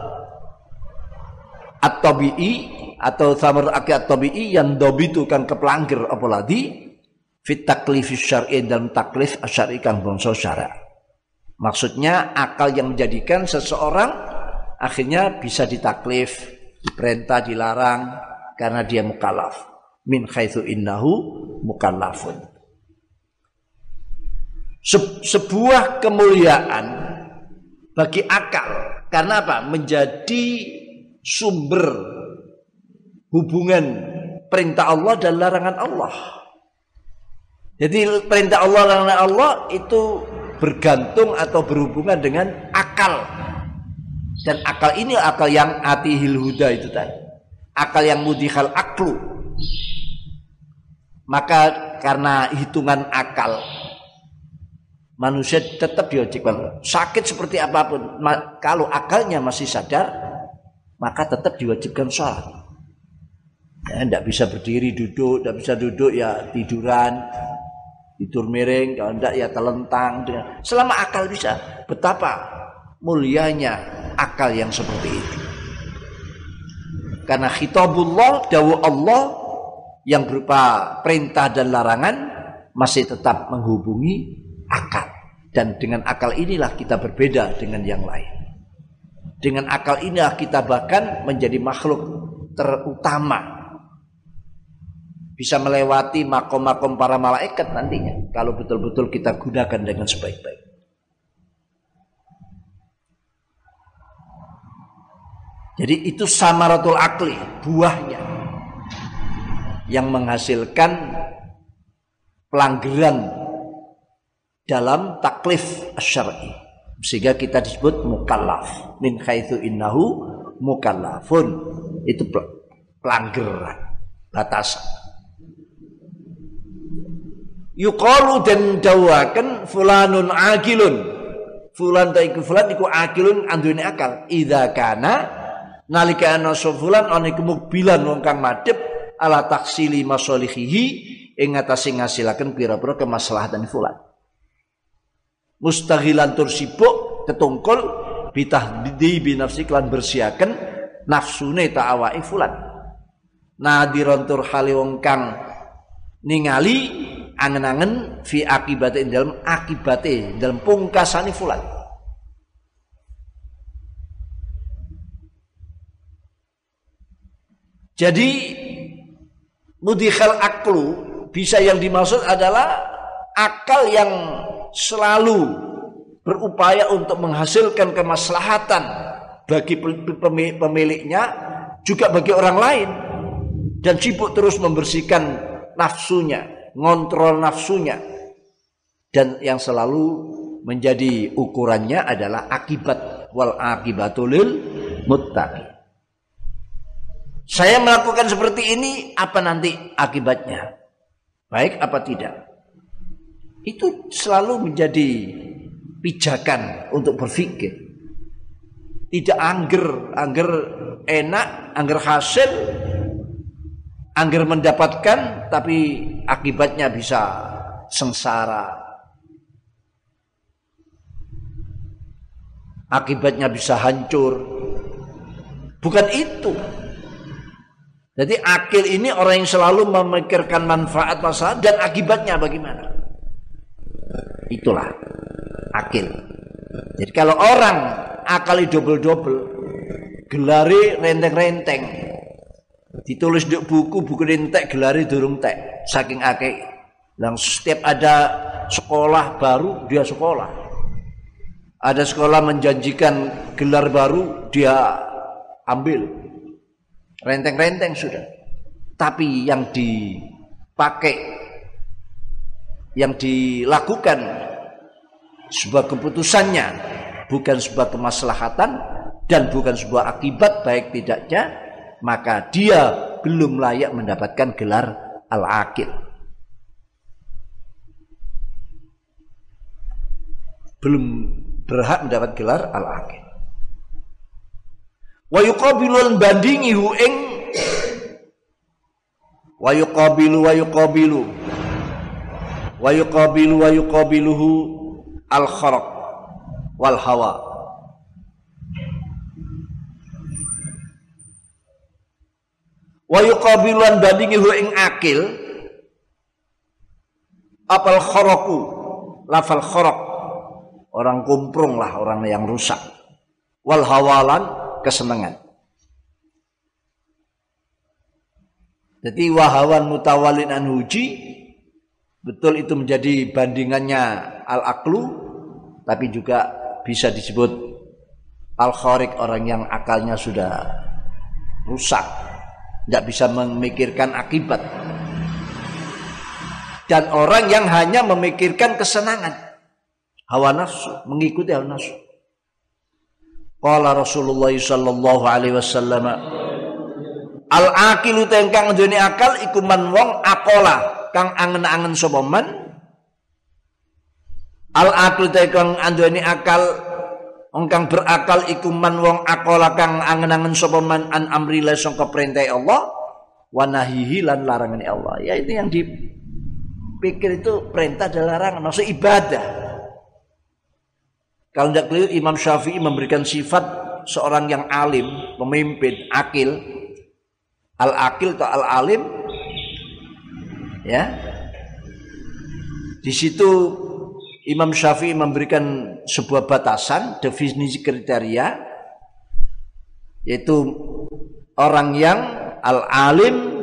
at-tabi'i atau samar akal at-tabi'i yang dobitu kang keplangger apa ladi fit taklif syar'i dan taklif syar'i kang bangsa syara'. Maksudnya akal yang menjadikan seseorang akhirnya bisa ditaklif, diperintah, dilarang karena dia mukallaf. Min haitsu innahu mukallafun. Sebuah kemuliaan bagi akal karena apa? Menjadi sumber hubungan perintah Allah dan larangan Allah. Jadi perintah Allah, larangan Allah itu bergantung atau berhubungan dengan akal. Dan akal ini akal yang atihil huda itu tadi. Akal yang mudhikhal aklu. Maka karena hitungan akal manusia tetap diwajibkan. Sakit seperti apapun, kalau akalnya masih sadar, maka tetap diwajibkan sholat. Ya, tidak bisa berdiri, duduk, tidak bisa duduk ya tiduran, tidur miring, kalau tidak ya telentang. Selama akal bisa, betapa mulianya akal yang seperti itu. Karena khitabullah, dawuh Allah yang berupa perintah dan larangan masih tetap menghubungi akal. Dan dengan akal inilah kita berbeda dengan yang lain. Dengan akal inilah kita bahkan menjadi makhluk terutama. Bisa melewati makom-makom para malaikat nantinya. Kalau betul-betul kita gunakan dengan sebaik-baik. Jadi itu samaratul akli, buahnya. Yang menghasilkan pelanggaran dalam taklif syar'i. Sehingga kita disebut mukallaf. Min haitsu innahu mukallafun. Itu pelanggaran, batasan. Yuqalu dan dawakan fulanun akilun. Fulan ta iku fulan iku akilun andune akal. Idza kana nalika ana fulan ana iku mukbilan wong kang madhep ala taksili masalihihi ing atase ngasilaken pira-pira kemaslahatan fulan. Mustaghilan tur sibuk ketungkul bitahdidi binafsi lan bersiaken nafsune ta awake fulan. Nadiron tur hale wong kang ningali angen-angen fi akibate dalam akibate dalam pungkasane fulan. Jadi mudhikhal aklu bisa yang dimaksud adalah akal yang selalu berupaya untuk menghasilkan kemaslahatan bagi pemiliknya juga bagi orang lain dan sibuk terus membersihkan nafsunya, ngontrol nafsunya, dan yang selalu menjadi ukurannya adalah akibat wal akibatul muttaqin. Saya melakukan seperti ini, apa nanti akibatnya? Baik apa tidak? Itu selalu menjadi pijakan untuk berpikir. tidak angger enak, angger hasil, angger mendapatkan, tapi akibatnya bisa sengsara. Akibatnya bisa hancur. Bukan itu. Jadi akil ini orang yang selalu memikirkan manfaat masalah dan akibatnya bagaimana. Itulah akil. Jadi kalau orang akali double-double, gelari renteng-renteng, ditulis di buku entek, gelari durung tek, saking akeh. Lang setiap ada sekolah baru dia sekolah. Ada sekolah menjanjikan gelar baru dia ambil. Renteng-renteng sudah. Tapi yang dipakai, yang dilakukan sebuah keputusannya bukan sebuah kemaslahatan dan bukan sebuah akibat baik tidaknya, maka dia belum layak mendapatkan gelar al-aqil. Belum berhak mendapat gelar al-aqil. Wa yuqabilul bandingi hu ing wa yuqabiluhu al-kharaq wal hawa. Wa yuqabiluan bandingi hu ing akil apal kharaqu lafal kharaq, orang kumprung lah, orang yang rusak, wal hawalan kesenangan. Jadi wahawan mutawalin anhuji, betul itu menjadi bandingannya al-aqlu, tapi juga bisa disebut al-khariq, orang yang akalnya sudah rusak, tidak bisa memikirkan akibat, dan orang yang hanya memikirkan kesenangan, hawa nafsu, mengikuti hawa nafsu. Qala Rasulullah sallallahu alaihi wasallam, al-aqilu tengkang duweni akal iku man wong akola kang angen-angen sapa man. Al-aqilu tengkang duweni akal wong kang berakal iku man wong akola kang angen-angen sapa man an amrillah sangka perintah Allah wa nahihi lan larangan Allah. Ya itu yang dipikir itu perintah dan larangan, maksud ibadah. Kalau tidak keliru, Imam Syafi'i memberikan sifat seorang yang alim, pemimpin, akil, al-akil atau al-alim, ya. Di situ Imam Syafi'i memberikan sebuah batasan, definisi kriteria, yaitu orang yang al-alim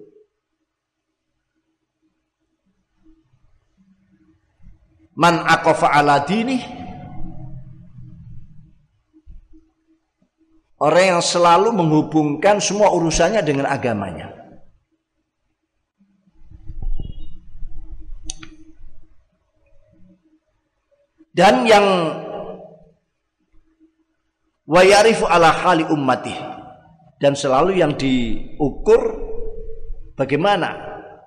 man aqafa ala dinih, orang yang selalu menghubungkan semua urusannya dengan agamanya. Dan yang wa ya'rifu ala hali ummati, dan selalu yang diukur bagaimana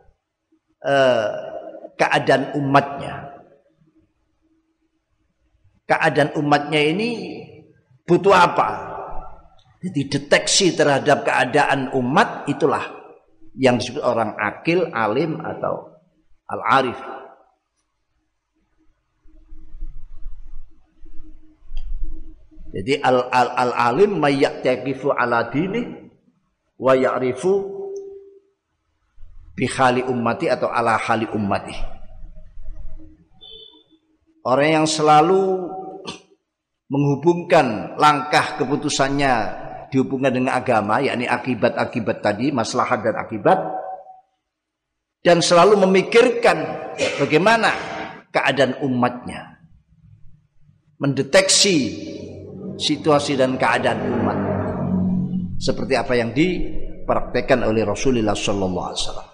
keadaan umatnya. Keadaan umatnya ini butuh apa? Jadi deteksi terhadap keadaan umat itulah yang disebut orang akil, alim atau al-arif. Jadi al-alim may ya'taqifu ala dini wa ya'rifu bi hali ummati atau ala hali ummati. Orang yang selalu menghubungkan langkah keputusannya dihubungkan dengan agama, yakni akibat-akibat tadi, maslahat dan akibat, dan selalu memikirkan bagaimana keadaan umatnya, mendeteksi situasi dan keadaan umat seperti apa yang dipraktekkan oleh Rasulullah sallallahu alaihi wasallam.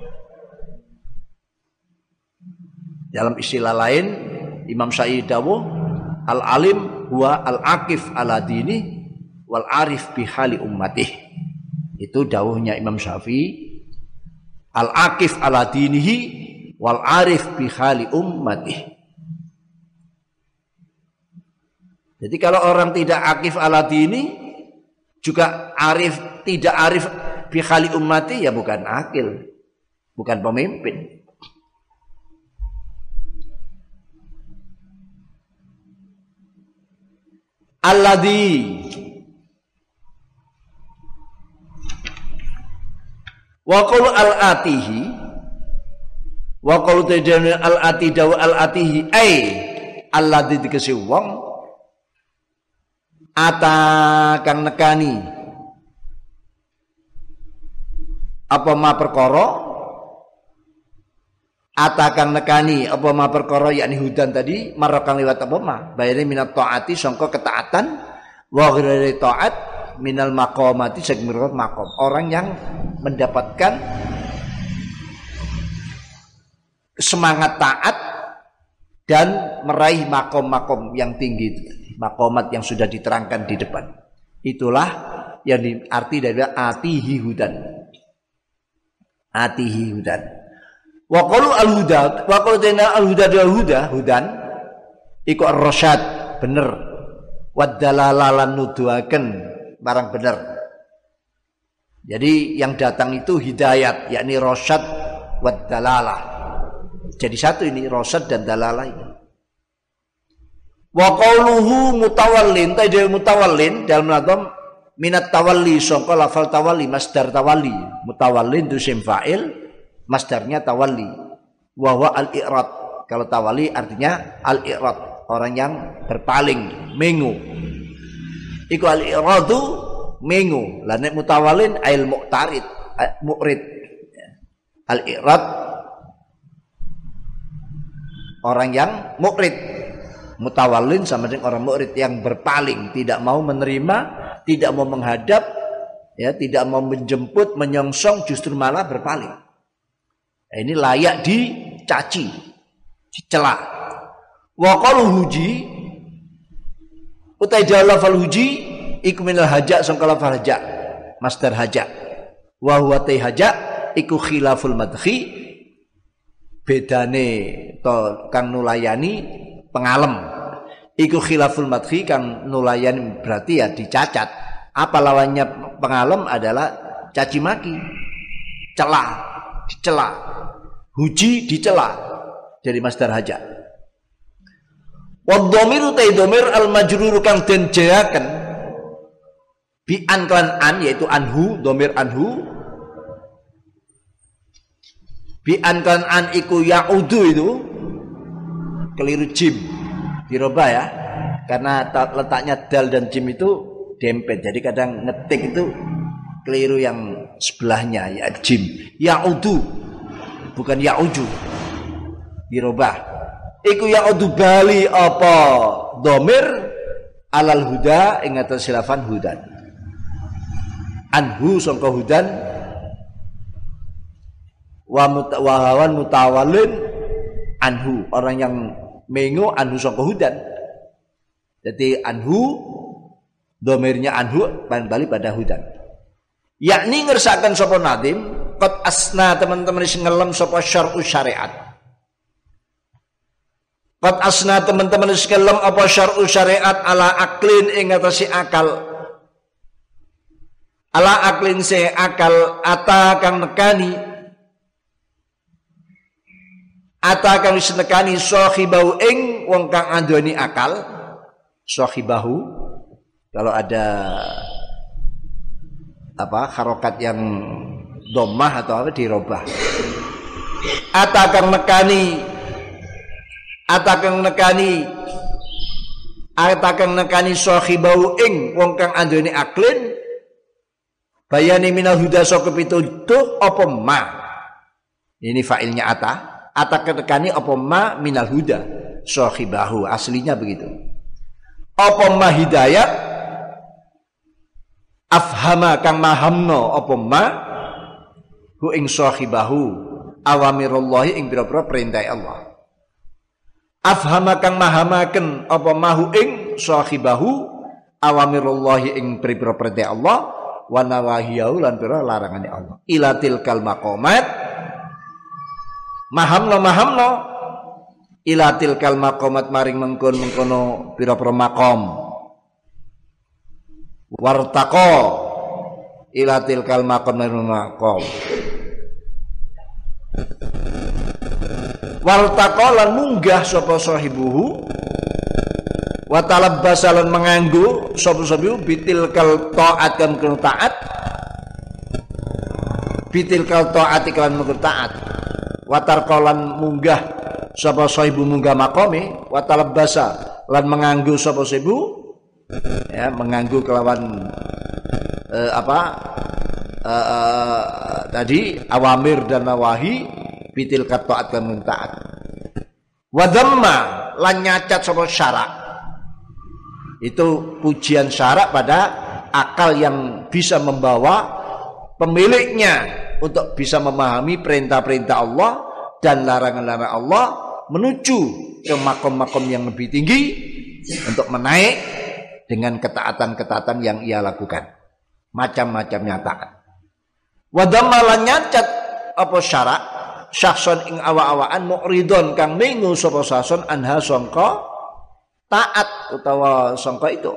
Dalam istilah lain, Imam Syafi'i dawuh, al-alim huwa al-aqif ala dini wal arif bihali ummatih. Itu dawuhnya Imam Syafi'i, al-aqif ala dinihi wal arif bihali ummatih. Jadi kalau orang tidak akif ala dini juga tidak arif bi khali ummati, ya bukan akil, bukan pemimpin. Alladzi wa qul al-atihi wa qul tajana al-ati dawa al-atihi ai alladzi dikese wong ata kang nekani apa ma perkara, ata kang nekani apa ma perkara yakni hudan tadi marakang liwat apa ma bayane minat taati sangka ketaatan wa ghairi taat minal maqamati segmirat maqam, orang yang mendapatkan semangat taat dan meraih makom-makom yang tinggi, makomat yang sudah diterangkan di depan. Itulah yang diarti dari atihi hudan. Atihi hudan. Wa qalu al-huda, wa qalu al-huda hudan iku ar-rasyad, bener. Wa dalalalan nuduhaken barang bener. Jadi yang datang itu hidayat, yakni rasyad wa dalalah. Jadi satu ini rasyad dan dalalah ini. Wa qauluhu mutawallin, tadi mutawallin dalam nazam minat tawalli sangka lafal tawalli masdar tawalli. Mutawallin itu isim fa'il, masdarnya tawalli. Wa huwa al-i'rad. Kalau tawalli artinya al-i'rad, orang yang berpaling, mengu. Iku al-i'radu mengu. Lah nek mutawallin ail mu'tarid, mu'rid. Al-i'rad orang yang mu'rid. Mutawallin sama dengan orang mu'rid yang berpaling, tidak mau menerima, tidak mau menghadap, ya, tidak mau menjemput, menyongsong, justru malah berpaling. Nah, ini layak dicaci, dicela. Wa qalu huji utai jalla fal huji iku minal haja sangka lafal haja, masdar haja. Wa huwa tai haja iku khilaful madhi, bedane to kang nulayani pengalem. Iku khilaful madhi kang nulayani berarti ya dicacat. Apa lawannya pengalem adalah caci maki, celah, dicela. Huji dicela dari masdar haja. Wa dhamiru ta dhamir al majrur kang den jaaken bi an kan an yaitu anhu, dhamir anhu. Bi an kan an iku yaudu itu keliru jim. Dirubah ya, karena letaknya dal dan jim itu dempet, jadi kadang ngetik itu keliru yang sebelahnya ya jim. Yaudu bukan yauju, dirubah. Iku yaudu bali apa domir alal huda ing atas silafan hudan. Anhu sangka hudan wa hawan mutawallin anhu, orang yang mengo anhu sangka hudan. Jadi anhu domirnya anhu bali pada hudan. Yakni ngersakan sapa nadim qad asna teman-teman sing ngelem sapa syar'u syariat. Qad asna teman-teman sing ngelem apa syar'u syariat ala aklin ing atase akal. Ala aklin se akal ata kang nekani ata kang wis nekani sahibahu ing wong kang andoni akal. Sahibahu kalau ada apa harokat yang dhammah atau apa dirobah. Ata kang nekani sahibahu ing wong kang andoni aklin bayani minal huda saka pituduh apa ma. Ini fa'ilnya ata ketekani apa ma minal huda sahibahu, aslinya begitu. Apa ma hidayah afhama kang mahamno apa ma hu ing sahibahu awamirullahi ing pira-pira perintah Allah. Afhama kang mahamaken apa mahu ing sahibahu awamirullahi ing pira-pira perintah Allah wa nawahiyahu lan pira larangane Allah. Ilatil kal maqamat mahamno ilatil kal maqamat maring mengkono pira-pira maqam Wartaqo ila tilkal maqam. Wartaqo lan munggah sapa sahibuhu wa talabbasa lan menganggo sapa sahibuhu bitilkal taat kan taat bitilkal taat iklan taat wa tarqalan munggah sapa sahibu munggah maqame wa talabbasa lan menganggo sapa sahibu ya menganggo kelawan tadi awamir dan nawahi bitil taat kan taat wa dhamma lan nyacat sapa syarak. Itu pujian syarak pada akal yang bisa membawa pemiliknya untuk bisa memahami perintah-perintah Allah dan larangan-larangan Allah menuju ke makom-makom yang lebih tinggi untuk menaik dengan ketaatan-ketaatan yang ia lakukan, macam-macamnya taat. Wa dhamma lan nyacat apa syarak syahson ing awa-awaan mu'ridon kang ningu sapa sason anha sangka taat utawa sangka itu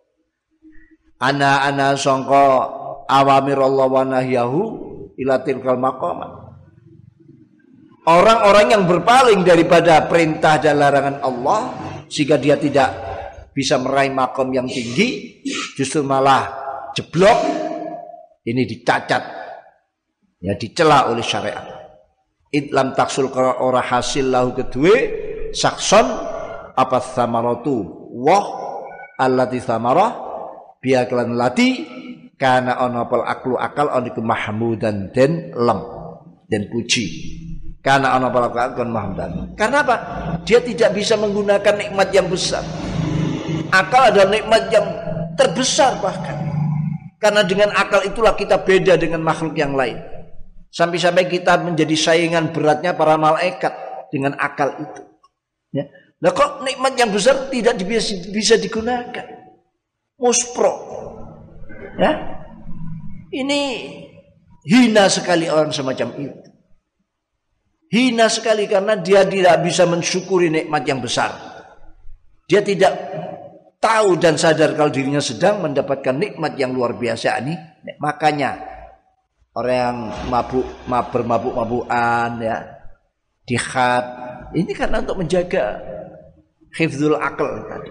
ana sangka awamir Allah wa nahyahu ila tilkal maqamat. Orang-orang yang berpaling daripada perintah dan larangan Allah sehingga dia tidak bisa meraih makom yang tinggi, justru malah jeblok, ini dicacat, ya dicela oleh syariat. Idlam taksul ora hasil lahu kedue sakson apa thamaratu wah allati thamarah biaklan lati kana onopal aklu akal oniku mahmudan den lem dan puji karena onopal akal mahmudan. Karena apa? Dia tidak bisa menggunakan nikmat yang besar. Akal adalah nikmat yang terbesar bahkan. Karena dengan akal itulah kita beda dengan makhluk yang lain. Sampai-sampai kita menjadi saingan beratnya para malaikat dengan akal itu. Ya. Nah kok nikmat yang besar tidak bisa digunakan? Muspro. Ya. Ini hina sekali orang semacam itu. Hina sekali karena dia tidak bisa mensyukuri nikmat yang besar. Dia tidak tahu dan sadar kalau dirinya sedang mendapatkan nikmat yang luar biasa ini. Makanya orang yang bermabuk-mabukan ya, dihad, ini karena untuk menjaga hifdzul akal tadi.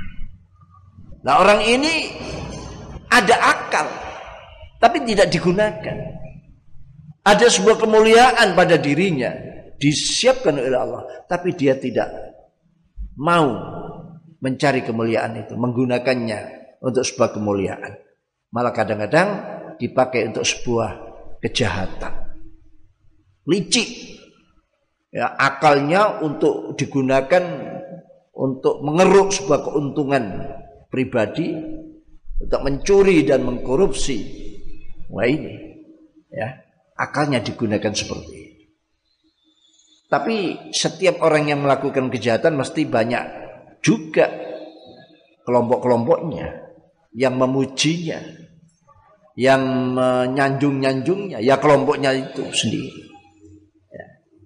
Nah orang ini ada akal tapi tidak digunakan. Ada sebuah kemuliaan pada dirinya disiapkan oleh Allah, tapi dia tidak mau mencari kemuliaan itu, menggunakannya untuk sebuah kemuliaan. Malah kadang-kadang dipakai untuk sebuah kejahatan. Licik. Ya, akalnya untuk digunakan untuk mengeruk sebuah keuntungan pribadi, untuk mencuri dan mengkorupsi. Wah ini ya, akalnya digunakan seperti ini. Tapi setiap orang yang melakukan kejahatan mesti banyak juga kelompok-kelompoknya yang memujinya, yang menyanjung-nyanjungnya, ya kelompoknya itu sendiri. Ya.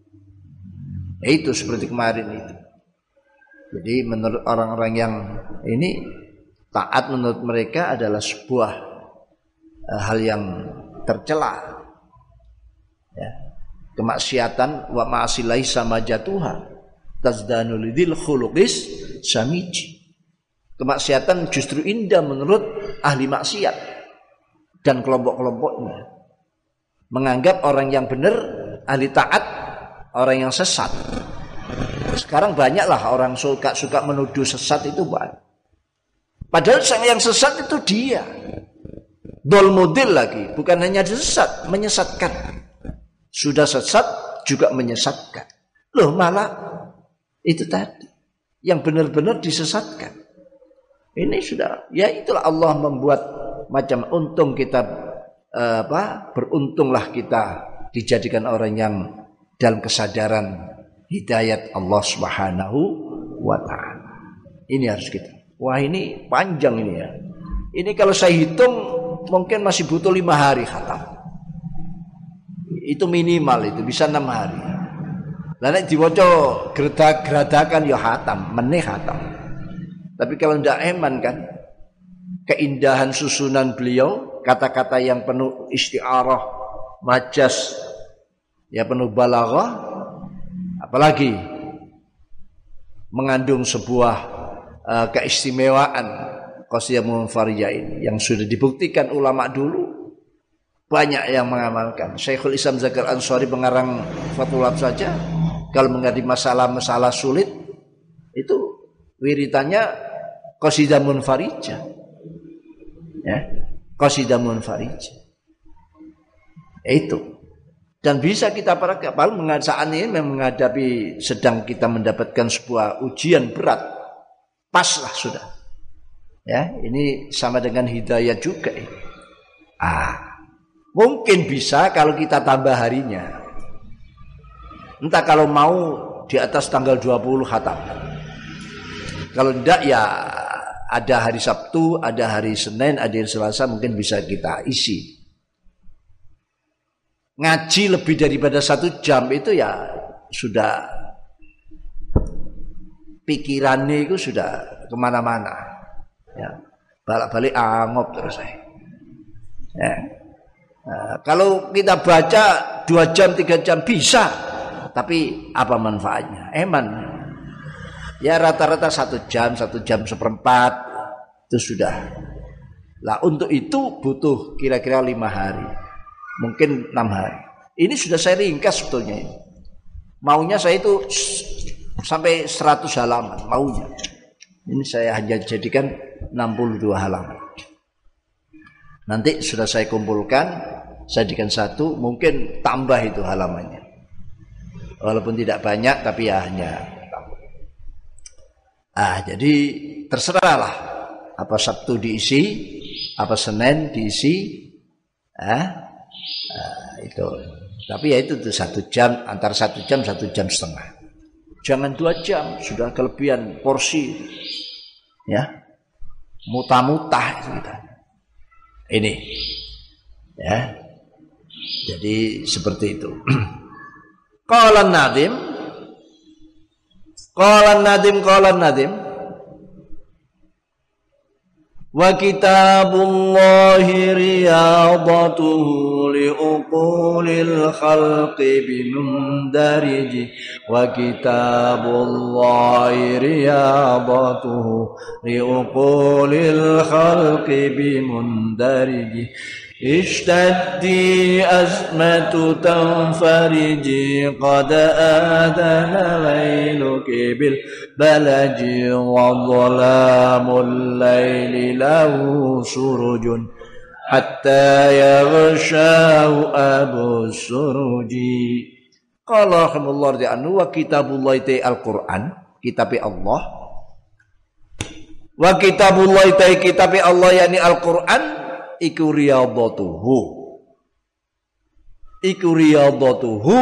Itu seperti kemarin itu. Jadi menurut orang-orang yang ini taat menurut mereka adalah sebuah hal yang tercela. Ya. Kemaksiatan wa ma'asilahi sama jatuha tazdanu lidil khuluqis samiji. Kemaksiatan justru indah menurut ahli maksiat dan kelompok-kelompoknya. Menganggap orang yang benar ahli taat, orang yang sesat. Sekarang banyaklah orang suka menuduh sesat itu banyak. Padahal yang sesat itu dia. Dol model lagi, bukan hanya sesat, menyesatkan. Sudah sesat juga menyesatkan. Loh malah itu tadi yang benar-benar disesatkan. Ini sudah, ya itulah Allah membuat macam untung kita beruntunglah kita dijadikan orang yang dalam kesadaran hidayat Allah Subhanahu wa taala. Ini harus kita. Wah ini panjang ini ya. Ini kalau saya hitung mungkin masih butuh 5 hari khatam. Itu minimal itu bisa 6 hari. Lah nek diwaca geradakan ya khatam, meneh khatam. Tapi kalau ndak eman kan keindahan susunan beliau, kata-kata yang penuh isti'arah, majas, ya penuh balaghah, apalagi mengandung sebuah keistimewaan qasidah munfarijah ini yang sudah dibuktikan ulama dulu, banyak yang mengamalkan. Syekhul Islam Zakaria Ansari pengarang Fathul Wahab saja kalau menghadapi masalah-masalah sulit itu wiritannya qasidah munfarijah, ya, qasidah munfarijah itu. Dan bisa kita pakai saat ini menghadapi sedang kita mendapatkan sebuah ujian berat, paslah sudah, ya, ini sama dengan hidayah juga ini. Mungkin bisa kalau kita tambah harinya. Entah kalau mau di atas tanggal 20 khatam. Kalau tidak ya ada hari Sabtu, ada hari Senin, ada hari Selasa mungkin bisa kita isi. Ngaji lebih daripada 1 jam itu ya sudah pikirannya itu sudah kemana-mana. Ya, balik-balik angop terus saya. Ya. Nah, kalau kita baca 2 jam 3 jam bisa, tapi apa manfaatnya? Eman ya rata-rata 1 jam 1 jam seperempat itu sudah lah. Untuk itu butuh kira-kira 5 hari, mungkin 6 hari. Ini sudah saya ringkas sebetulnya ini. Maunya saya itu sampai 100 halaman maunya. Ini saya hanya jadikan 62 halaman. Nanti sudah saya kumpulkan, saya jadikan 1, mungkin tambah itu halamannya. Walaupun tidak banyak, tapi ya hanya tambah. Jadi terserahlah. Apa Sabtu diisi, apa Senin diisi, itu. Tapi ya itu tuh 1 jam, antara 1 jam 1 jam setengah. Jangan 2 jam, sudah kelebihan porsi, ya, muta-mutah itu kita. Ini, ya, jadi seperti itu. Qala Nadim, wa kitabullahi riyadatuhu liuqulil khalqi bimundariji, wa kitabullahi riyadatuhu liuqulil khalqi bimundariji, ishtaddi azmatu tanfariji, qad adana layluki bil balaji, wa dhalamul layli lahu surujun hatta yaghshahu abu suruji. Qala rahimahullah ta'ala, wa kitabullah ite Al-Quran, kitabi Allah, wa kitabullah ite kitabi Allah yakni Al-Quran, iku riyadatuhu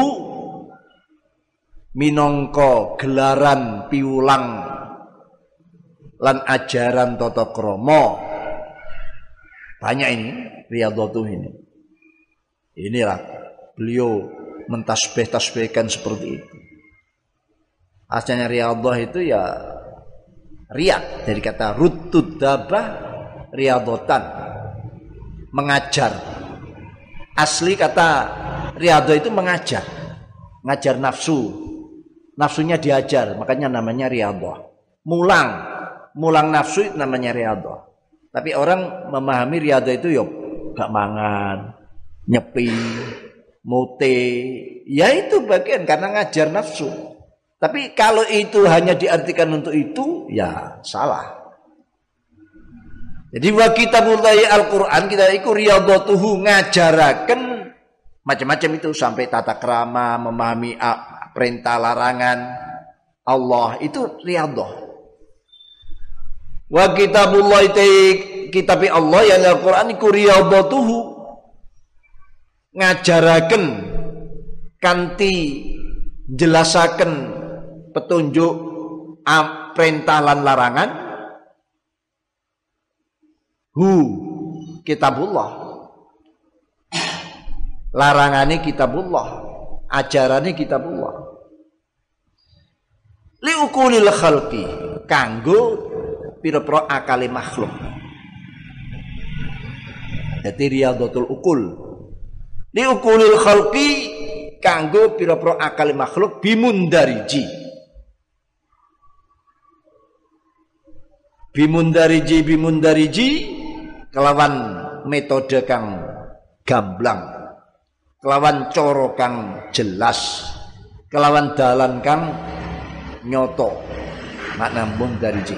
minangka gelaran piwulang lan ajaran tata krama. Banyak ini riyadatuh ini. Inilah beliau mentasbih-tasbihkan seperti itu. Asalnya riyadhah itu ya riyad, dari kata rutud dabah riyadhatan, mengajar. Asli kata riyadhah itu mengajar, ngajar nafsu, nafsunya diajar, makanya namanya riyadhah. Mulang nafsu itu namanya riyadhah. Tapi orang memahami riyadhah itu yuk gak mangan, nyepi, mute, ya itu bagian karena ngajar nafsu. Tapi kalau itu hanya diartikan untuk itu, ya salah. Jadi wa kitabullahi Al-Quran, kita iku riyadhatuhu, ngajaraken macam-macam itu sampai tata krama, memahami perintah larangan Allah, itu riyadhah. Wa kitabullahi kitabi Allah yang Al-Quran iku riyadhatuhu, ngajaraken kanthi jelasaken petunjuk perintah lan larangan. Kitabullah, larangane kitabullah, ajarane kitabullah. Liuqulil khalqi, kanggo pira-pira akale makhluk. Dadi riyadhatul ukul. Li ukulil khalqi kanggo pira-pira akal makhluk bimundariji. Bimundariji kelawan metode kang gamblang, kelawan cara kang jelas, kelawan dalan kang nyoto. Makna mundariji.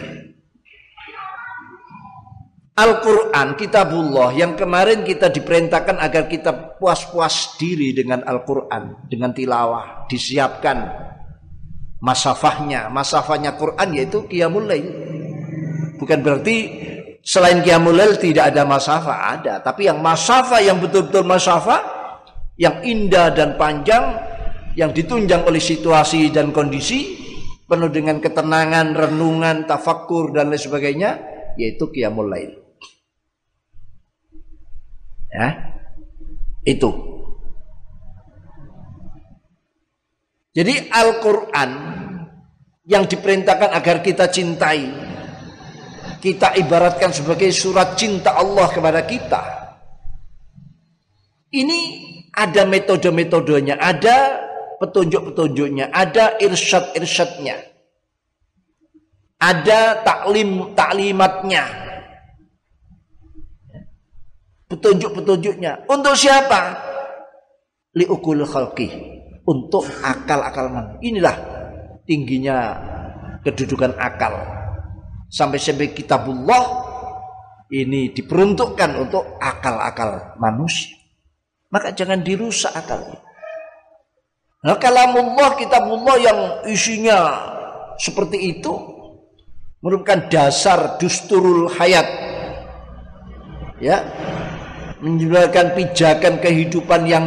Al-Quran, kitabullah yang kemarin kita diperintahkan agar kita puas-puas diri dengan Al-Quran, dengan tilawah, disiapkan masafahnya Quran yaitu Qiyamul Lail. Bukan berarti selain Qiyamul Lail tidak ada masafah, ada, tapi yang masafah yang betul-betul masafah, yang indah dan panjang, yang ditunjang oleh situasi dan kondisi, penuh dengan ketenangan, renungan, tafakkur dan lain sebagainya, yaitu Qiyamul Lail. Ya, itu. Jadi Al-Quran yang diperintahkan agar kita cintai, kita ibaratkan sebagai surat cinta Allah kepada kita. Ini ada metode-metodenya, ada petunjuk-petunjuknya, ada irsyad-irsyadnya, ada taklimatnya, petunjuk-petunjuknya. Untuk siapa? Liukul khalqi, untuk akal-akal manusia. Inilah tingginya kedudukan akal. Sampai-sampai kitabullah ini diperuntukkan untuk akal-akal manusia. Maka jangan dirusak akalnya. Nah, kalamullah, kitabullah yang isinya seperti itu merupakan dasar dusturul hayat. Ya, menjelaskan pijakan kehidupan yang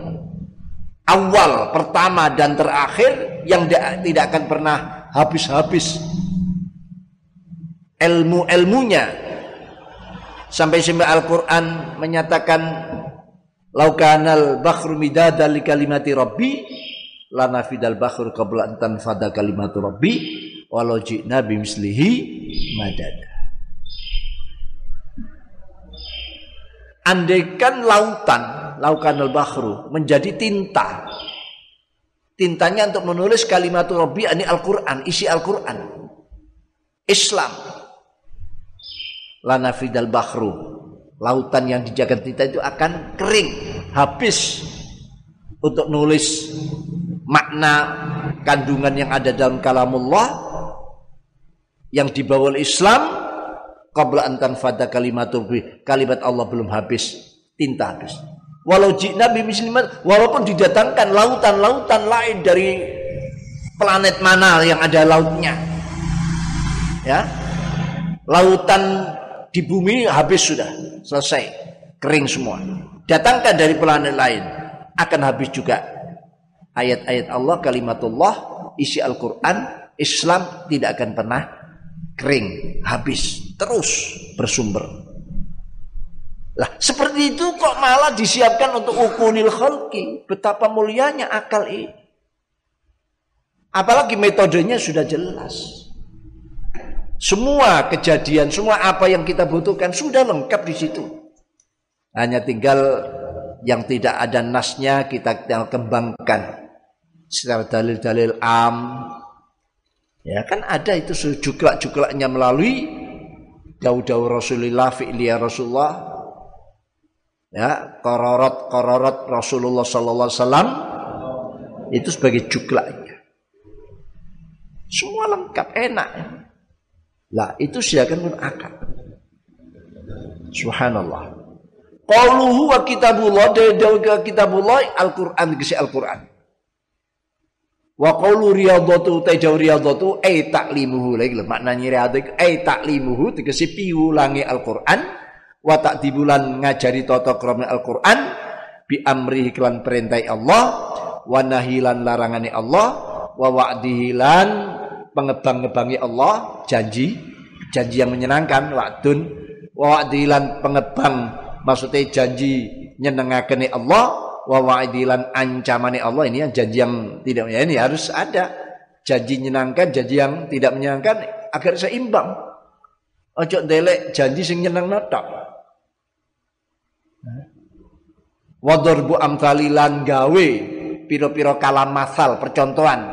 awal, pertama dan terakhir, yang tidak akan pernah habis-habis ilmu-ilmunya. Sampai-sampai Al-Quran menyatakan laukanal bakhru midadan li kalimati rabbi lanafidal bakhru qabla an tanfada kalimatu rabbi walau ji'na bimislihi madada. Andaikan laukanal bakhru menjadi tinta, tintanya untuk menulis kalimatu rabbi, ini Al-Quran, isi Al-Quran, Islam, lanafidal bakhru, lautan yang dijaga tinta itu akan kering, habis untuk nulis makna kandungan yang ada dalam kalamullah yang dibawa oleh Islam. Qabla an tanfada kalimatu rabbi, kalimat Allah belum habis, tinta habis. Walau ji'na bimislimat, walaupun didatangkan lautan-lautan lain dari planet mana yang ada lautnya, ya, lautan di bumi habis sudah selesai, kering semua. Datangkan dari planet lain, akan habis juga. Ayat-ayat Allah, kalimatullah, isi Al-Quran, Islam tidak akan pernah kering, habis, terus bersumber. Lah, seperti itu kok malah disiapkan untuk ukunil khalqi. Betapa mulianya akal ini. Apalagi metodenya sudah jelas. Semua kejadian, semua apa yang kita butuhkan sudah lengkap di situ. Hanya tinggal yang tidak ada nasnya kita tinggal kembangkan secara dalil-dalil ya kan ada itu juklak-juklaknya melalui daud-daud Rasulullah, fi'liyah Rasulullah, ya, kororot Rasulullah sallallahu alaihi wasallam itu sebagai juklaknya. Semua lengkap, enak. Lah itu silakan pun akal. Subhanallah. Qauluhu wa kitabullah, daud kitabullah, Al-Qur'an kisi Al-Qur'an. Wa qawlu riyadhatu tajau riyadhatu ay ta'limuhu, lagi maknanya riyadhatu ay ta'limuhu tegese piwulangi Al-Qur'an, wa ta'dibulan ngajari tata krama Al-Qur'an, bi amrihi kelan perintai Allah, wa nahilan larangane Allah, wa wa'dihilan pengebang-ngebangi Allah, janji yang menyenangkan, wa'dun, wa wa'dihilan pengebang maksudnya janji nyenengakane Allah, wa wa'idilan ancamane Allah, ini yang janji yang tidak, ya ini harus ada janji menyenangkan, janji yang tidak menyenangkan agar seimbang. Ojo ndelek janji sing nyenengno tok. Wa darbu amsalilan gawe pira-pira kalam masal percontohan.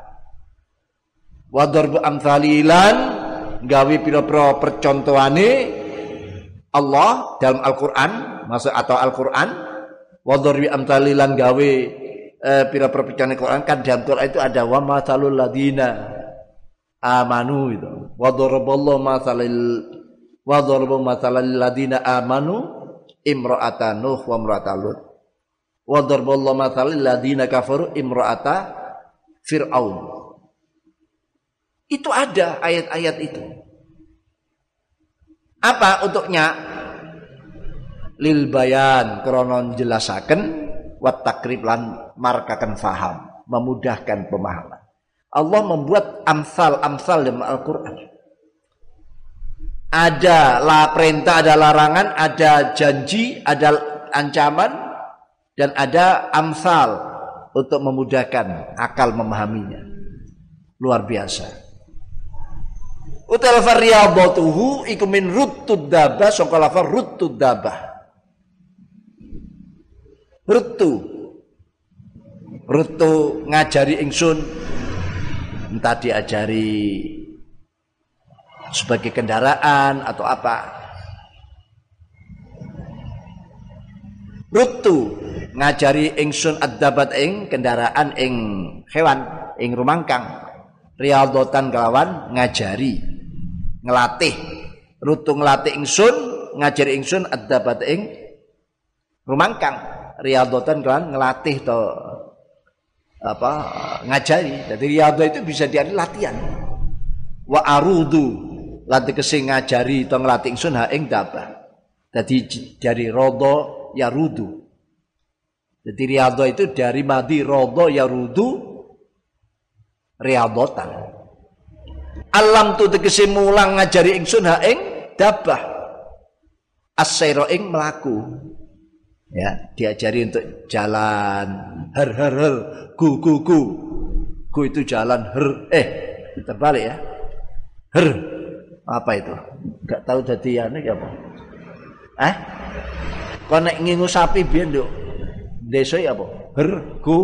Wa darbu amsalilan gawe pira-pira percontohane Allah dalam Al-Qur'an, maksud atau Al-Qur'an. Wa darbi amsalilan gawe pira-pira percontohan Quran kan dalam Quran itu ada wa masalul ladina amanu itu. Wa daraballahu masalal ladina amanu imra'atan Nuh wa imra'atan Lut. Wa daraballahu masalal ladina kafaru imra'ata Fir'aun. Itu ada ayat-ayat itu. Apa untuknya? Lil bayan krana jelasaken wa takrib lan markakan faham, memudahkan pemahaman. Allah membuat amsal-amsal dalam Al-Qur'an. Ada perintah, ada larangan, ada janji, ada ancaman, dan ada amsal untuk memudahkan akal memahaminya. Luar biasa. Utal fariyadatuhu iku min ruttud dabah, sangka lafaz ruttud dabah. Ruttu ngajari ingsun, entah diajari sebagai kendaraan atau apa. Ruttu ngajari ingsun ad-dabat ing kendaraan ing hewan ing rumangkang. Riyadhatan kelawan ngajari, ngelatih. Ruttu ngelatih ingsun, ngajari ingsun ad-dabat ing rumangkang. Riyadhatan kelawan ngelatih to apa ngajari. Jadi riyadhah itu bisa diarti latihan. Wa arudu lan tegese ngajari to nglatih ingsun ha ing dabah. Dadi dari rodo yarudu. Jadi riyadhah itu dari madi rodo yarudu riyadhatan. Alam tu tegese mulang ngajari ingsun ha ing dabah. As-sayra ing mlaku. Ya, diajari untuk jalan har gu gu itu jalan terbalik ya, apa itu nggak tahu jadi aneh apa kau nek ngingu sapi biyen nduk desa ya apa gu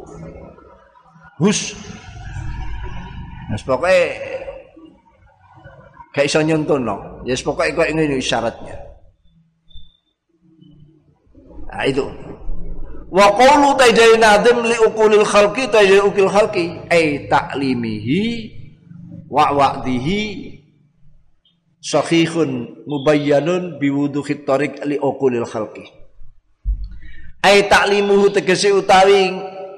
hus pokoknya gak iso nyontono ya pokoknya kau ingin isyaratnya. Nah itu. Wa qawlu tajdai nadim li uqulil khalqi tajdai uqil khalqi ay ta'limihi wa wa'dihi sahihun mubayyanun biwuduhit tariq li uqulil khalqi. Ay ta'limuhu tegese utawi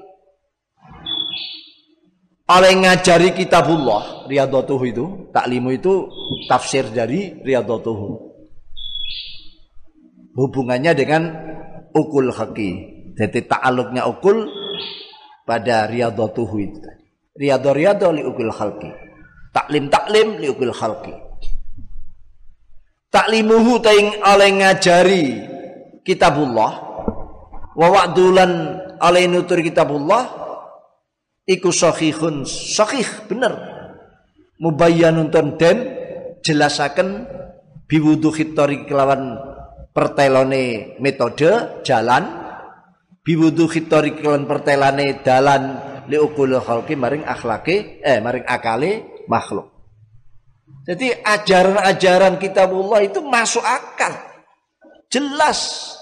oleh ngajari kitabullah riyadhatuhu itu, ta'limu itu tafsir dari riyadhatuhu. Hubungannya dengan ukul haki. Jadi ta'aluknya ukul pada riyadhatuhu itu tadi. Riyadhah li ukul khalqi. Taklim li ukul khalqi. Taklimuhu taing oleh ngajari kitabullah wa wa'dulan oleh nutur kitabullah iku sahihun sahih bener. Mubayyanun den jelasaken biwuduhit tariq kelawan pertelone metode jalan biwudu khitori kelan pertelane dalan liukul khalqi maring akhlake maring akale makhluk. Jadi ajaran-ajaran kitabullah itu masuk akal. Jelas.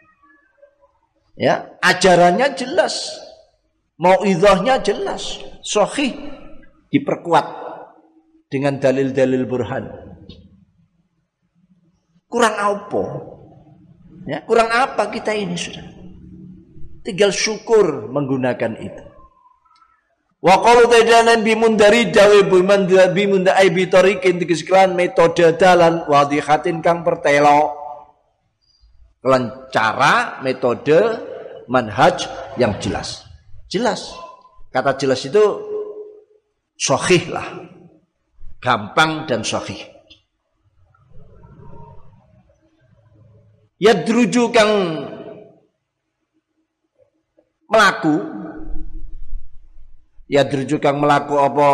Ya, ajarannya jelas. Mau'izahnya jelas, sahih diperkuat dengan dalil-dalil burhan. Kurang apa? Ya, kurang apa kita ini sudah? Tinggal syukur menggunakan itu. Wa qalu ta'ala bimundari dawe bimundai bitariqin digeskelan metode dalan wadihatin kang pertelo. Kelan cara, metode, manhaj yang jelas. Jelas. Kata jelas itu sahih lah. Gampang dan sahih. Yadruju kang melaku apa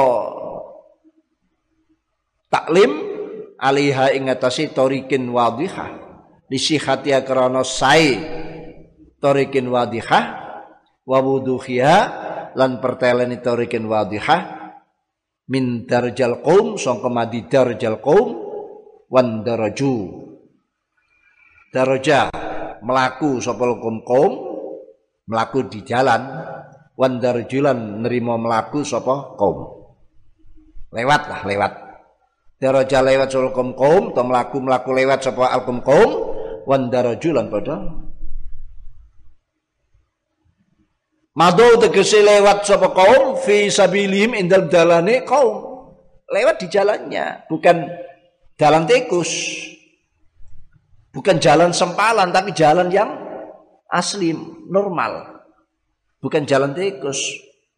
taklim alaiha ing atase tariqin wadhihah lisihatiha krana sae tarikin wadihah wa wuduhiha lan perteleni tarikin wadihah min darjal qaum sangka madi darjal qaum wan daraju daraja melaku sapa kaum melaku di jalan wan darajulan nerima melaku sapa kaum lewat daraja lewat sapa kaum atau melaku lewat sapa alkum kaum wan darajulan padha madu tegese lewat sapa kaum fi sabilihim indal dalane kaum lewat di jalannya bukan jalan tikus. Bukan jalan sempalan, tapi jalan yang asli, normal. Bukan jalan tikus.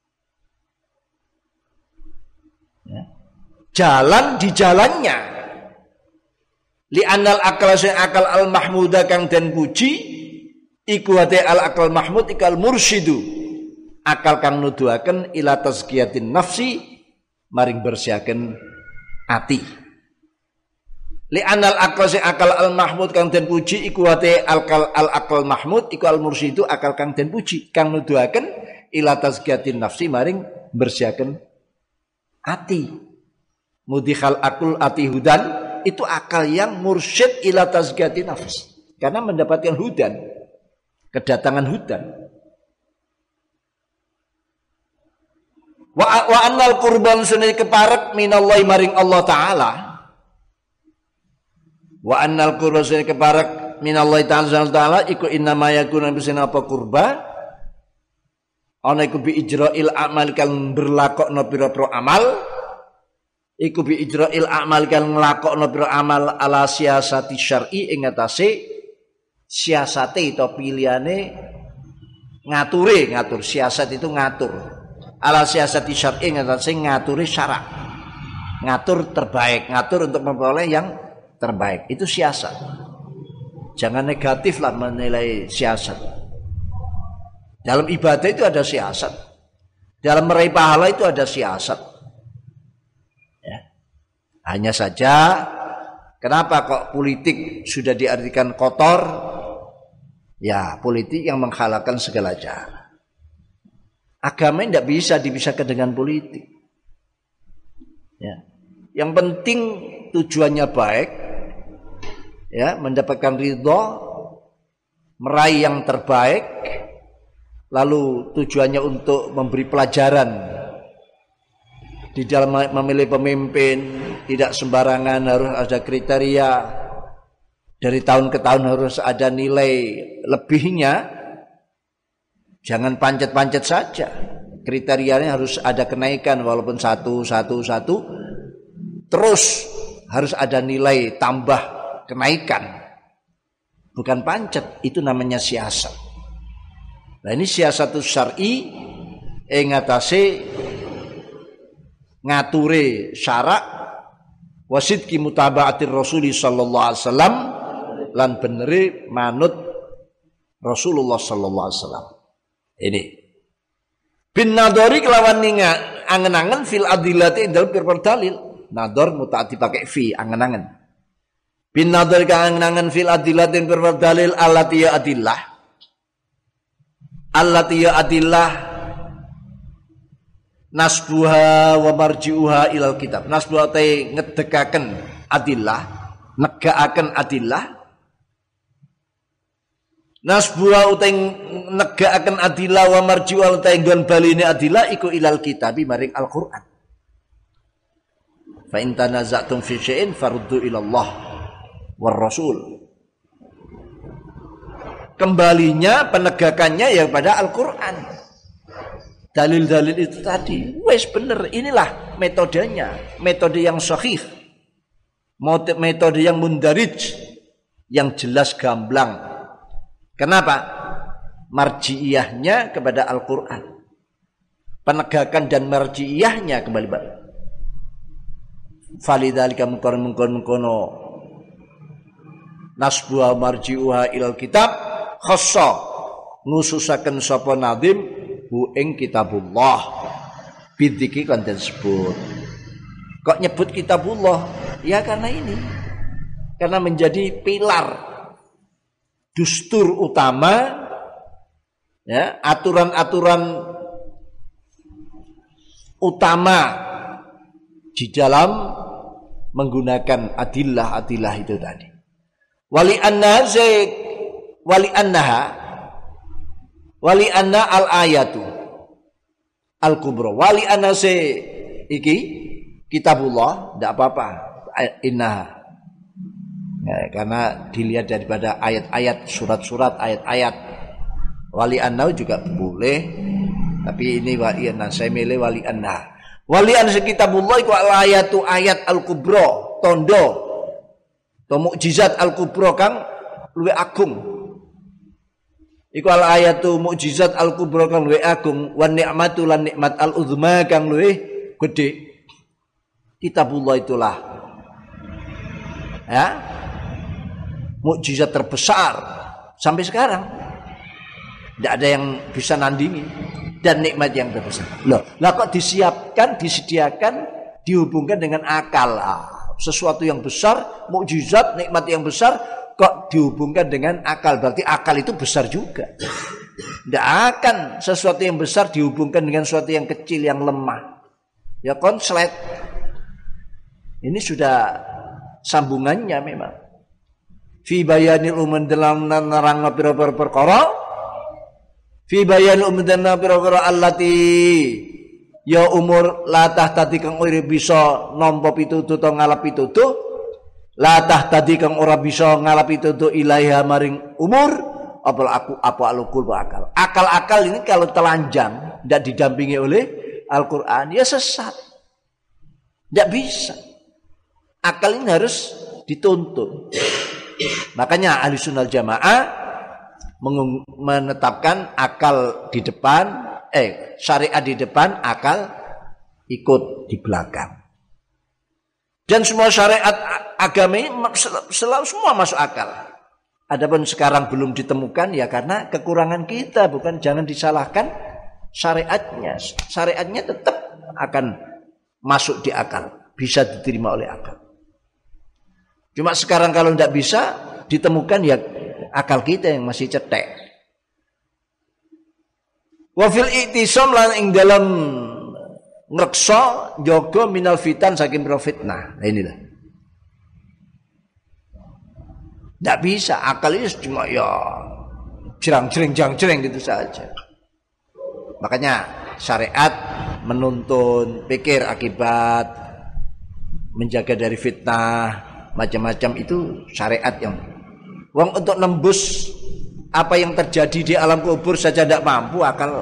Ya. Jalan di jalannya. Li'anal akal akal al-mahmuda kang den puji, iku hate al-akal mahmud ikal mursyidu. Akal kang nuduhaken ila tazkiyatin nafsi, maring bersihaken ati. Li'anal akal akal al-mahmud kang den puji iku wate al-akal mahmud iku al-mursyidu akal kang den puji kang nuduhaken ila tazkiyatin nafsi maring bersihaken ati. Mudhikhal akul ati hudan itu akal yang mursyid ila tazkiyatin nafs karena mendapatkan hudan, kedatangan hudan. Wa annal qurban sunai keparek minallahi maring Allah taala. Wa annal qurba sing keparek minallahi ta'ala iku innama yakuna bisana apa kurba ana iku bi ijra'il a'mal kang berlakokno pira-pira amal iku bi ijra'il a'mal kang nglakokno pira amal ala siasati syar'i ing atase siasate utawa pilihane ngatur siasat itu ngatur ala siasati syar'i ing atase ngaturi syarak ngatur terbaik ngatur untuk memperoleh yang terbaik itu siasat. Jangan negatif lah menilai siasat. Dalam ibadah itu ada siasat. Dalam meraih pahala itu ada siasat. Ya. Hanya saja kenapa kok politik sudah diartikan kotor? Ya, politik yang menghalalkan segala cara. Agama tidak bisa dipisahkan dengan politik. Ya. Yang penting tujuannya baik, ya, mendapatkan ridho, meraih yang terbaik, lalu tujuannya untuk memberi pelajaran di dalam memilih pemimpin, tidak sembarangan, harus ada kriteria, dari tahun ke tahun harus ada nilai lebihnya, jangan pancet-pancet saja, kriterianya harus ada kenaikan walaupun satu, terus harus ada nilai tambah kenaikan, bukan pancet, itu namanya siasat. Nah ini siasatus syar'i ngatasi ngature syarak wasidki mutaba'atir Rasuli sallallahu alaihi wasallam lan beneri manut Rasulullah sallallahu alaihi wasallam. Ini bin nadori kelawan ninga angen-angen fil adillati indal dalil. Nador mutaati pakai fi angen-angen. Bin nador ka angen-angen fil adillati indal dalil allati ya adillah. Allati ya adillah nasbuha wa marji'uha ilal kitab. Nasbuha te ngedekaken adillah, negaaken adillah. Nasbuha utai negaaken adillah wa marji'uha utai nggon baline adillah iku ilal kitabi maring Al-Qur'an. Fa in tanaza'tum fi syai'in faruddu ila Allah war Rasul. Kembalinya penegakannya ya pada Al-Qur'an. Dalil-dalil itu tadi, wes bener, inilah metodenya, metode yang sahih, metode yang mundarij, yang jelas gamblang. Kenapa? Marji'iyahnya kepada Al-Qur'an, penegakan dan marji'iyahnya kembali balik. Falidhalika mengkono nasbuha marji'uha ilal kitab khassa ngususaken sapa nadim hu ing kitabullah bidzikri kan disebut. Kok nyebut kitabullah? Ya karena ini. Karena menjadi pilar dustur utama, ya, aturan-aturan utama di dalam menggunakan adillah itu tadi. Wali anna al ayatu al kubra. Wali anna iki kitabullah, tidak apa-apa. Innaha. Ya, karena dilihat daripada ayat-ayat, surat-surat, ayat-ayat. Wali anna juga boleh, tapi ini wali anna, saya milih wali anna. Wali anna kitabullah iku al ayatu ayat al kubra, tondo to mukjizat al kubra kang luwih agung. Iku al ayatu mukjizat al kubra kang luwih agung, wan nikmatu lan nikmat al uzma kang luwih gedhe. Kitabullah itulah, ya, mukjizat terbesar sampai sekarang. Tidak ada yang bisa nandingi, dan nikmat yang terbesar. Loh, lah kok disiapkan, disediakan, dihubungkan dengan akal. Sesuatu yang besar, mukjizat, nikmat yang besar, kok dihubungkan dengan akal. Berarti akal itu besar juga. Tidak akan sesuatu yang besar dihubungkan dengan sesuatu yang kecil, yang lemah. Ya konslet. Ini sudah sambungannya memang. Fi bayanil umum dalam nerang pira-pira perkara. Fi bayanil umum dalam pira-pira allati ya umur latah tadi kang ora bisa nampa pitutuh to ngalap pitutuh. Latah tadi kang ora bisa ngalap pitutuh ilaiha maring umur. Apa alukul akal. Akal-akal ini kalau telanjang tidak didampingi oleh Al-Qur'an ya sesat. Tidak bisa. Akal ini harus dituntun. Makanya Ahli Sunnah Jamaah menetapkan akal di depan, syariat di depan, akal ikut di belakang. Dan semua syariat agama ini selalu semua masuk akal. Adapun sekarang belum ditemukan ya karena kekurangan kita, bukan, jangan disalahkan syariatnya. Syariatnya tetap akan masuk di akal, bisa diterima oleh akal. Cuma sekarang kalau tidak bisa ditemukan ya akal kita yang masih cetek. Wa fil i'tisam lan ing dalam ngreksa jaga minal fitan saking fitnah. Nah inilah. Tidak bisa, akal ini cuma ya jreng gitu saja. Makanya syariat menuntun pikir akibat, menjaga dari fitnah, macam-macam itu syariat yang wong untuk nembus apa yang terjadi di alam kubur saja tidak mampu akal.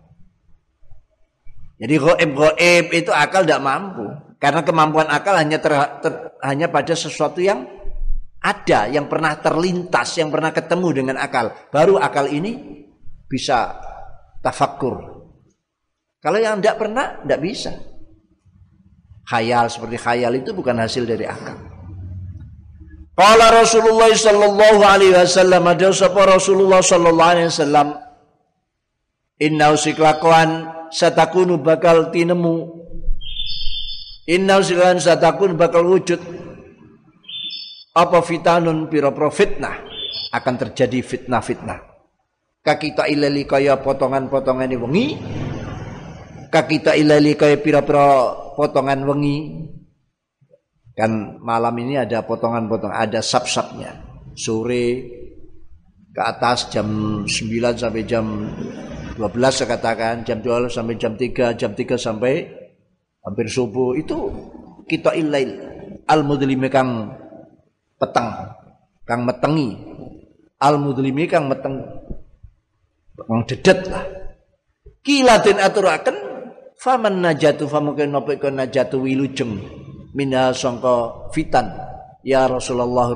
Jadi ghaib itu akal tidak mampu karena kemampuan akal hanya pada sesuatu yang ada, yang pernah terlintas, yang pernah ketemu dengan akal. Baru akal ini bisa tafakkur. Kalau yang tidak pernah tidak bisa. Khayal seperti khayal itu bukan hasil dari akal. Qala Rasulullah sallallahu alaihi wasallam, ada sapa Rasulullah sallallahu alaihi wasallam, inna usiklakuan satakunu bakal tinemu, inna usiklakuan satakun bakal wujud apa fitanun pira-pira fitnah, akan terjadi fitnah-fitnah. Kakita ilali kaya potongan-potongan wengi, kakita ilali kaya pira-pira potongan wengi. Kan malam ini ada potongan-potongan, ada sab-sabnya. Sore ke atas jam 9 sampai jam 12 saya katakan, jam 12 sampai jam 3, jam 3 sampai hampir subuh. Itu kita ilail al-mudlimi kang peteng, kang metengi. Al-mudlimi kang meteng, kang dedet lah. Kila den aturaken faman najatu famukin napa iku najatu wilujeng minha sangka fitan ya Rasulullah.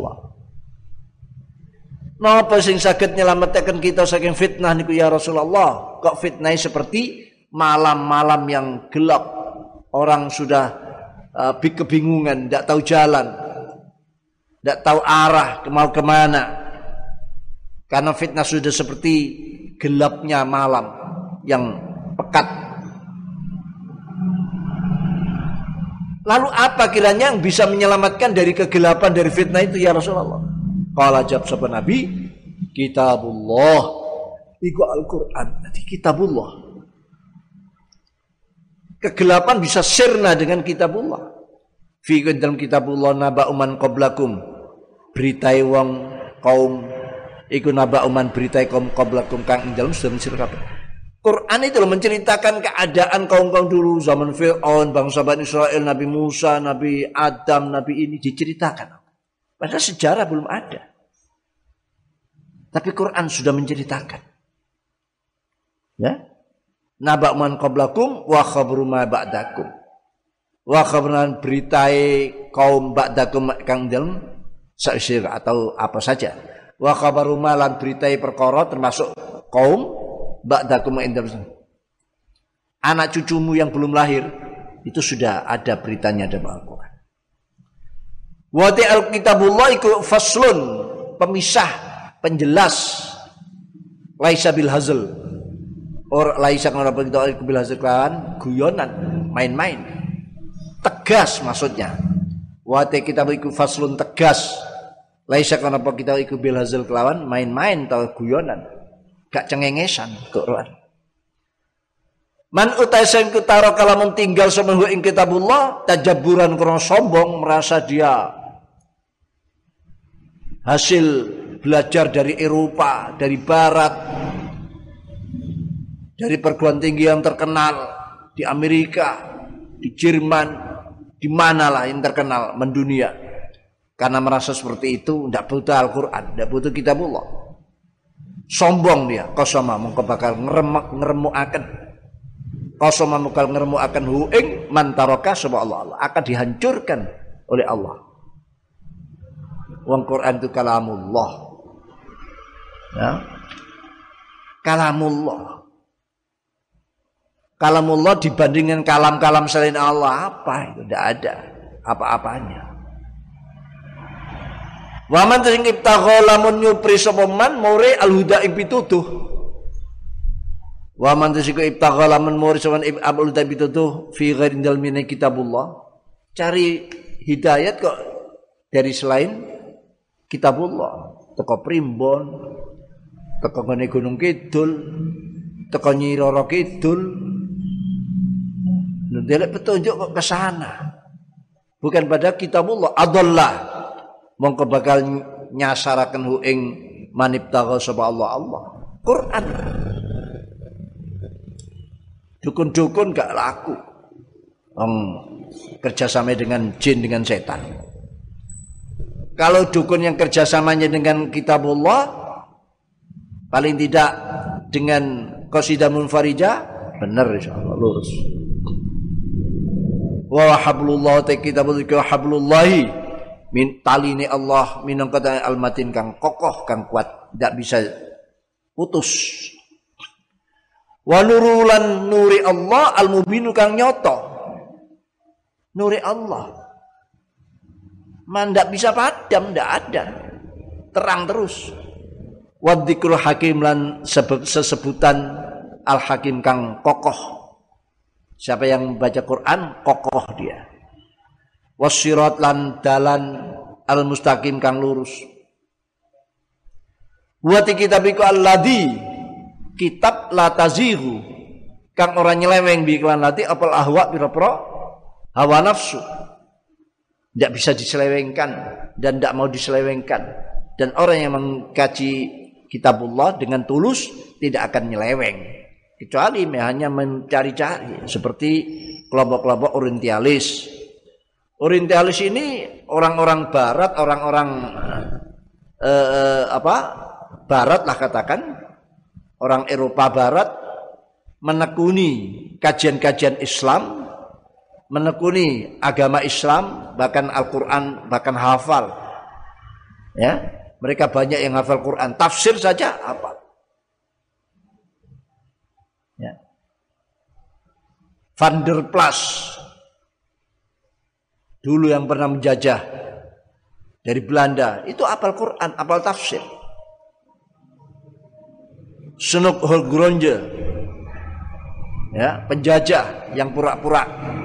Napa sing saged nyelametaken kita saking fitnah niku ya Rasulullah? Kok fitnah seperti malam-malam yang gelap, orang sudah kebingungan, tidak tahu jalan, tidak tahu arah mau kemana, karena fitnah sudah seperti gelapnya malam yang pekat. Lalu apa kiranya yang bisa menyelamatkan dari kegelapan, dari fitnah itu ya Rasulullah? Qala jawab sahabat Nabi, kitabullah iku Al-Qur'an. Jadi kitabullah. Kegelapan bisa sirna dengan kitabullah. Fi dalam kitabullah naba'u man qablakum. Beritai wong kaum iku naba'u man beritai kaum qablakum kang ing dalem sedaya sira kabeh. Quran itu menceritakan keadaan kaum-kaum dulu zaman Fir'aun, bangsa Bani Israel, Nabi Musa, Nabi Adam, Nabi ini diceritakan. Padahal sejarah belum ada. Tapi Quran sudah menceritakan. Ya. Naba' man qablakum wa khabru ma ba'dakum. Wa khabran beritai kaum ba'dakum kang dalem saisir atau apa saja. Wa khabaru ma lan beritai perkara termasuk kaum ba'dakum indam. Anak cucumu yang belum lahir itu sudah ada beritanya dalam Al-Qur'an. Wa ta'al kitabullah iku faslun, pemisah, penjelas. Laisa bil hazl. Or laisa kana kita bil hazl kan guyonan, main-main. Tegas maksudnya. Wa ta kitab iku faslun tegas. Laisa kana kita iku bil hazl kelawan main-main atau guyonan. Gak cengengesan Quran. Man utaisen kutaro kalamun tinggal semehu ing kitabullah tajabburan krono sombong merasa dia hasil belajar dari Eropa, dari Barat, dari perguruan tinggi yang terkenal di Amerika, di Jerman, di manalah yang terkenal mendunia. Karena merasa seperti itu, tidak butuh Al-Quran, tidak butuh kitabullah. Sombong dia, kosoma mongko bakal ngeremukaken. Kosoma bakal ngeremukaken hu ing mantaroka sapa Allah akan dihancurkan oleh Allah. Wong Quran itu kalamullah. Ya. Kalamullah. Kalamullah dibandingkan kalam-kalam selain Allah apa itu? Tidak ada apa-apanya. Wa man sing ibtagha lamun nyupri sapa man more al-huda ing pituduh. Wa man sing ibtagha lamun more sapa al-huda pituduh fi ghairi dalmina kitabullah. Cari hidayat kok dari selain kitabullah. Teko primbon, teko ngene Gunung Kidul, teko Nyi Roro Kidul. Ndelok petunjuk kok ke sana. Bukan pada kitabullah. Adallah. Mongko bakal nyasaraken hu ing manibtagha sapa Allah Quran. Dukun-dukun gak laku. Kerjasama dengan jin, dengan setan. Kalau dukun yang kerjasamanya dengan kitabullah, paling tidak dengan qasidah munfarijah, benar insyaallah lurus. Wa hablullah ta kitabul hablullahi min taline Allah minangka almatin kang kokoh kang kuat tidak bisa putus. Wa nurulan nuri Allah al-mubinu kang nyoto. Nuri Allah man ndak bisa padam, ndak ada, terang terus. Wa dzikrul hakim lan sesebutan al-hakim kang kokoh. Siapa yang membaca Quran kokoh dia. Wasirat lan dalan al-mustaqim kang lurus. Wa kitabiku alladzi kitab la tazihu kang ora nyeleweng bi iklan lati apal ahwa pira-pira hawa nafsu. Tidak bisa diselewengkan dan tidak mau diselewengkan. Dan orang yang mengkaji kitabullah dengan tulus tidak akan nyeleweng. Kecuali hanya mencari-cari seperti kelompok-kelompok orientalis. Orientalis ini orang-orang barat, orang-orang barat lah katakan, orang Eropa barat menekuni kajian-kajian Islam, menekuni agama Islam, bahkan Al-Qur'an, bahkan hafal. Ya, mereka banyak yang hafal Quran, tafsir saja apa? Ya. Van der Plas dulu yang pernah menjajah dari Belanda, itu apal Quran, apal tafsir. Snoek Holgronje, ya, penjajah yang pura-pura.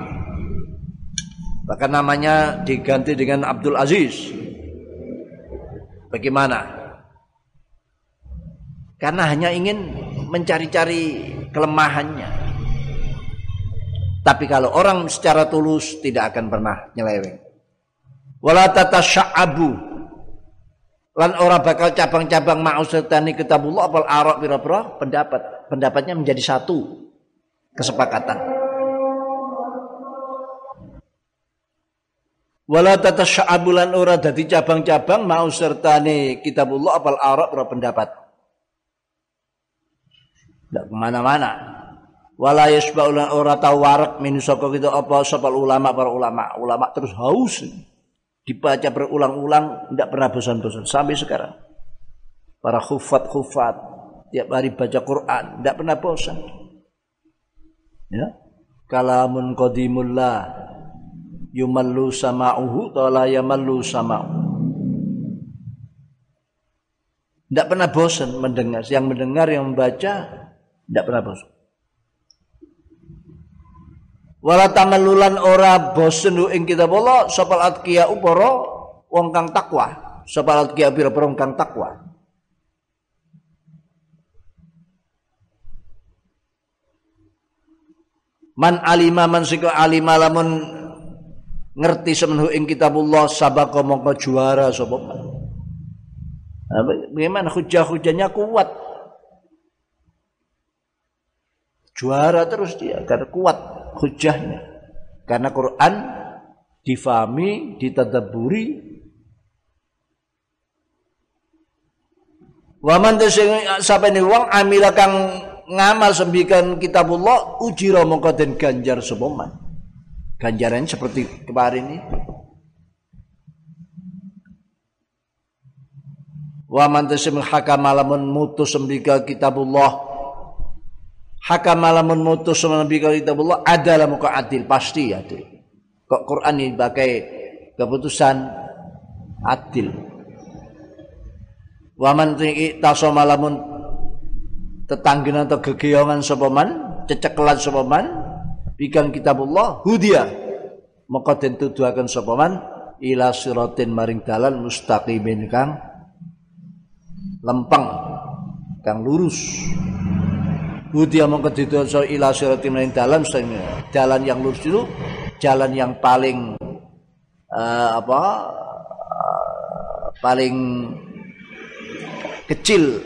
Bahkan namanya diganti dengan Abdul Aziz. Bagaimana? karena hanya ingin mencari-cari kelemahannya. Tapi kalau orang secara tulus tidak akan pernah nyeleweng. Wala tatasya'abu, lan ora bakal cabang-cabang ma'usatani kitabullah apal araq pira-pira pendapatnya menjadi satu kesepakatan. Wala tatasya'abu, lan ora dadi cabang-cabang ma'usatani kitabullah apal araq pira pendapat. Tidak kemana-mana. Wala yasba'ulan ora tau warak min saka kita apa sapal ulama para ulama terus haus dibaca berulang-ulang tidak pernah bosan-bosan sampai sekarang. Para khufat tiap hari baca Quran tidak pernah bosan. Ya. Kalamun qadimullah yumallu sama'uhu la yamallu sama'uhu. Tidak pernah bosan mendengar, yang mendengar yang membaca tidak pernah bosan. Wala tamallulan ora bosen ing kitabullah sapal atqiya para wong kang takwa, sapal atqiya pira-pira wong kang takwa. Man alima man sika alima lamun ngerti semenhu ing kitabullah sabaka mongko juara sapa man. Bagaimana hujah-hujahnya kuat. Juara terus dia karena kuat hujahnya, karena Quran difahami, ditadabburi. Waman sapene wong amila kang ngamal sembikan kitabullah ujira mongko den ganjar sapa man. Ganjarannya seperti kemarin ini. Waman tasim hakam lamun mutus sembika kitabullah, hakam lamun mutus sembika kitabullah adalah muka adil, pasti adil. Kok Quran ini pakai keputusan adil. Waman tasoma lamun tetangginan atau gegeyongan sapa man, cecekelan sapa man bikan kitabullah hudia maka den tuduhaken sapa man ila siratin maring dalan mustaqimin kang lempeng, kang lurus. Hudia mongko dituduh ila siratin maring dalan yang lurus itu jalan yang paling paling kecil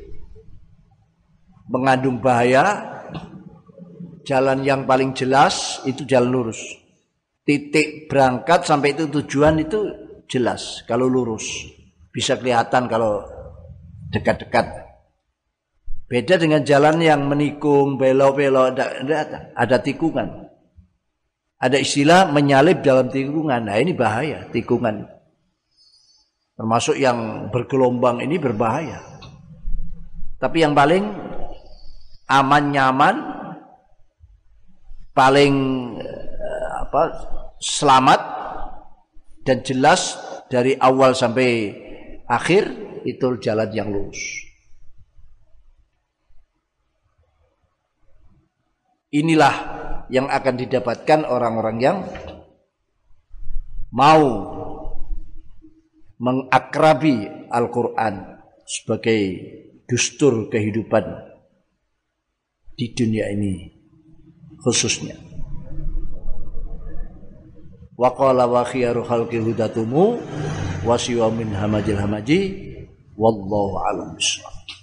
mengandung bahaya, jalan yang paling jelas itu jalan lurus. Titik berangkat sampai itu tujuan itu jelas kalau lurus, bisa kelihatan kalau dekat-dekat. Beda dengan jalan yang menikung, belok-belok, ada tikungan. Ada istilah menyalip dalam tikungan. Nah ini bahaya, tikungan. Termasuk yang bergelombang ini berbahaya. Tapi yang paling aman, nyaman, paling selamat dan jelas dari awal sampai akhir itu jalan yang lurus. Inilah yang akan didapatkan orang-orang yang mau mengakrabi Al-Quran sebagai dustur kehidupan di dunia ini khususnya. Wa qala wa khiyaru khalqi hudatumu wa siwa min hamajil hamaji wallahu a'lam bissawab.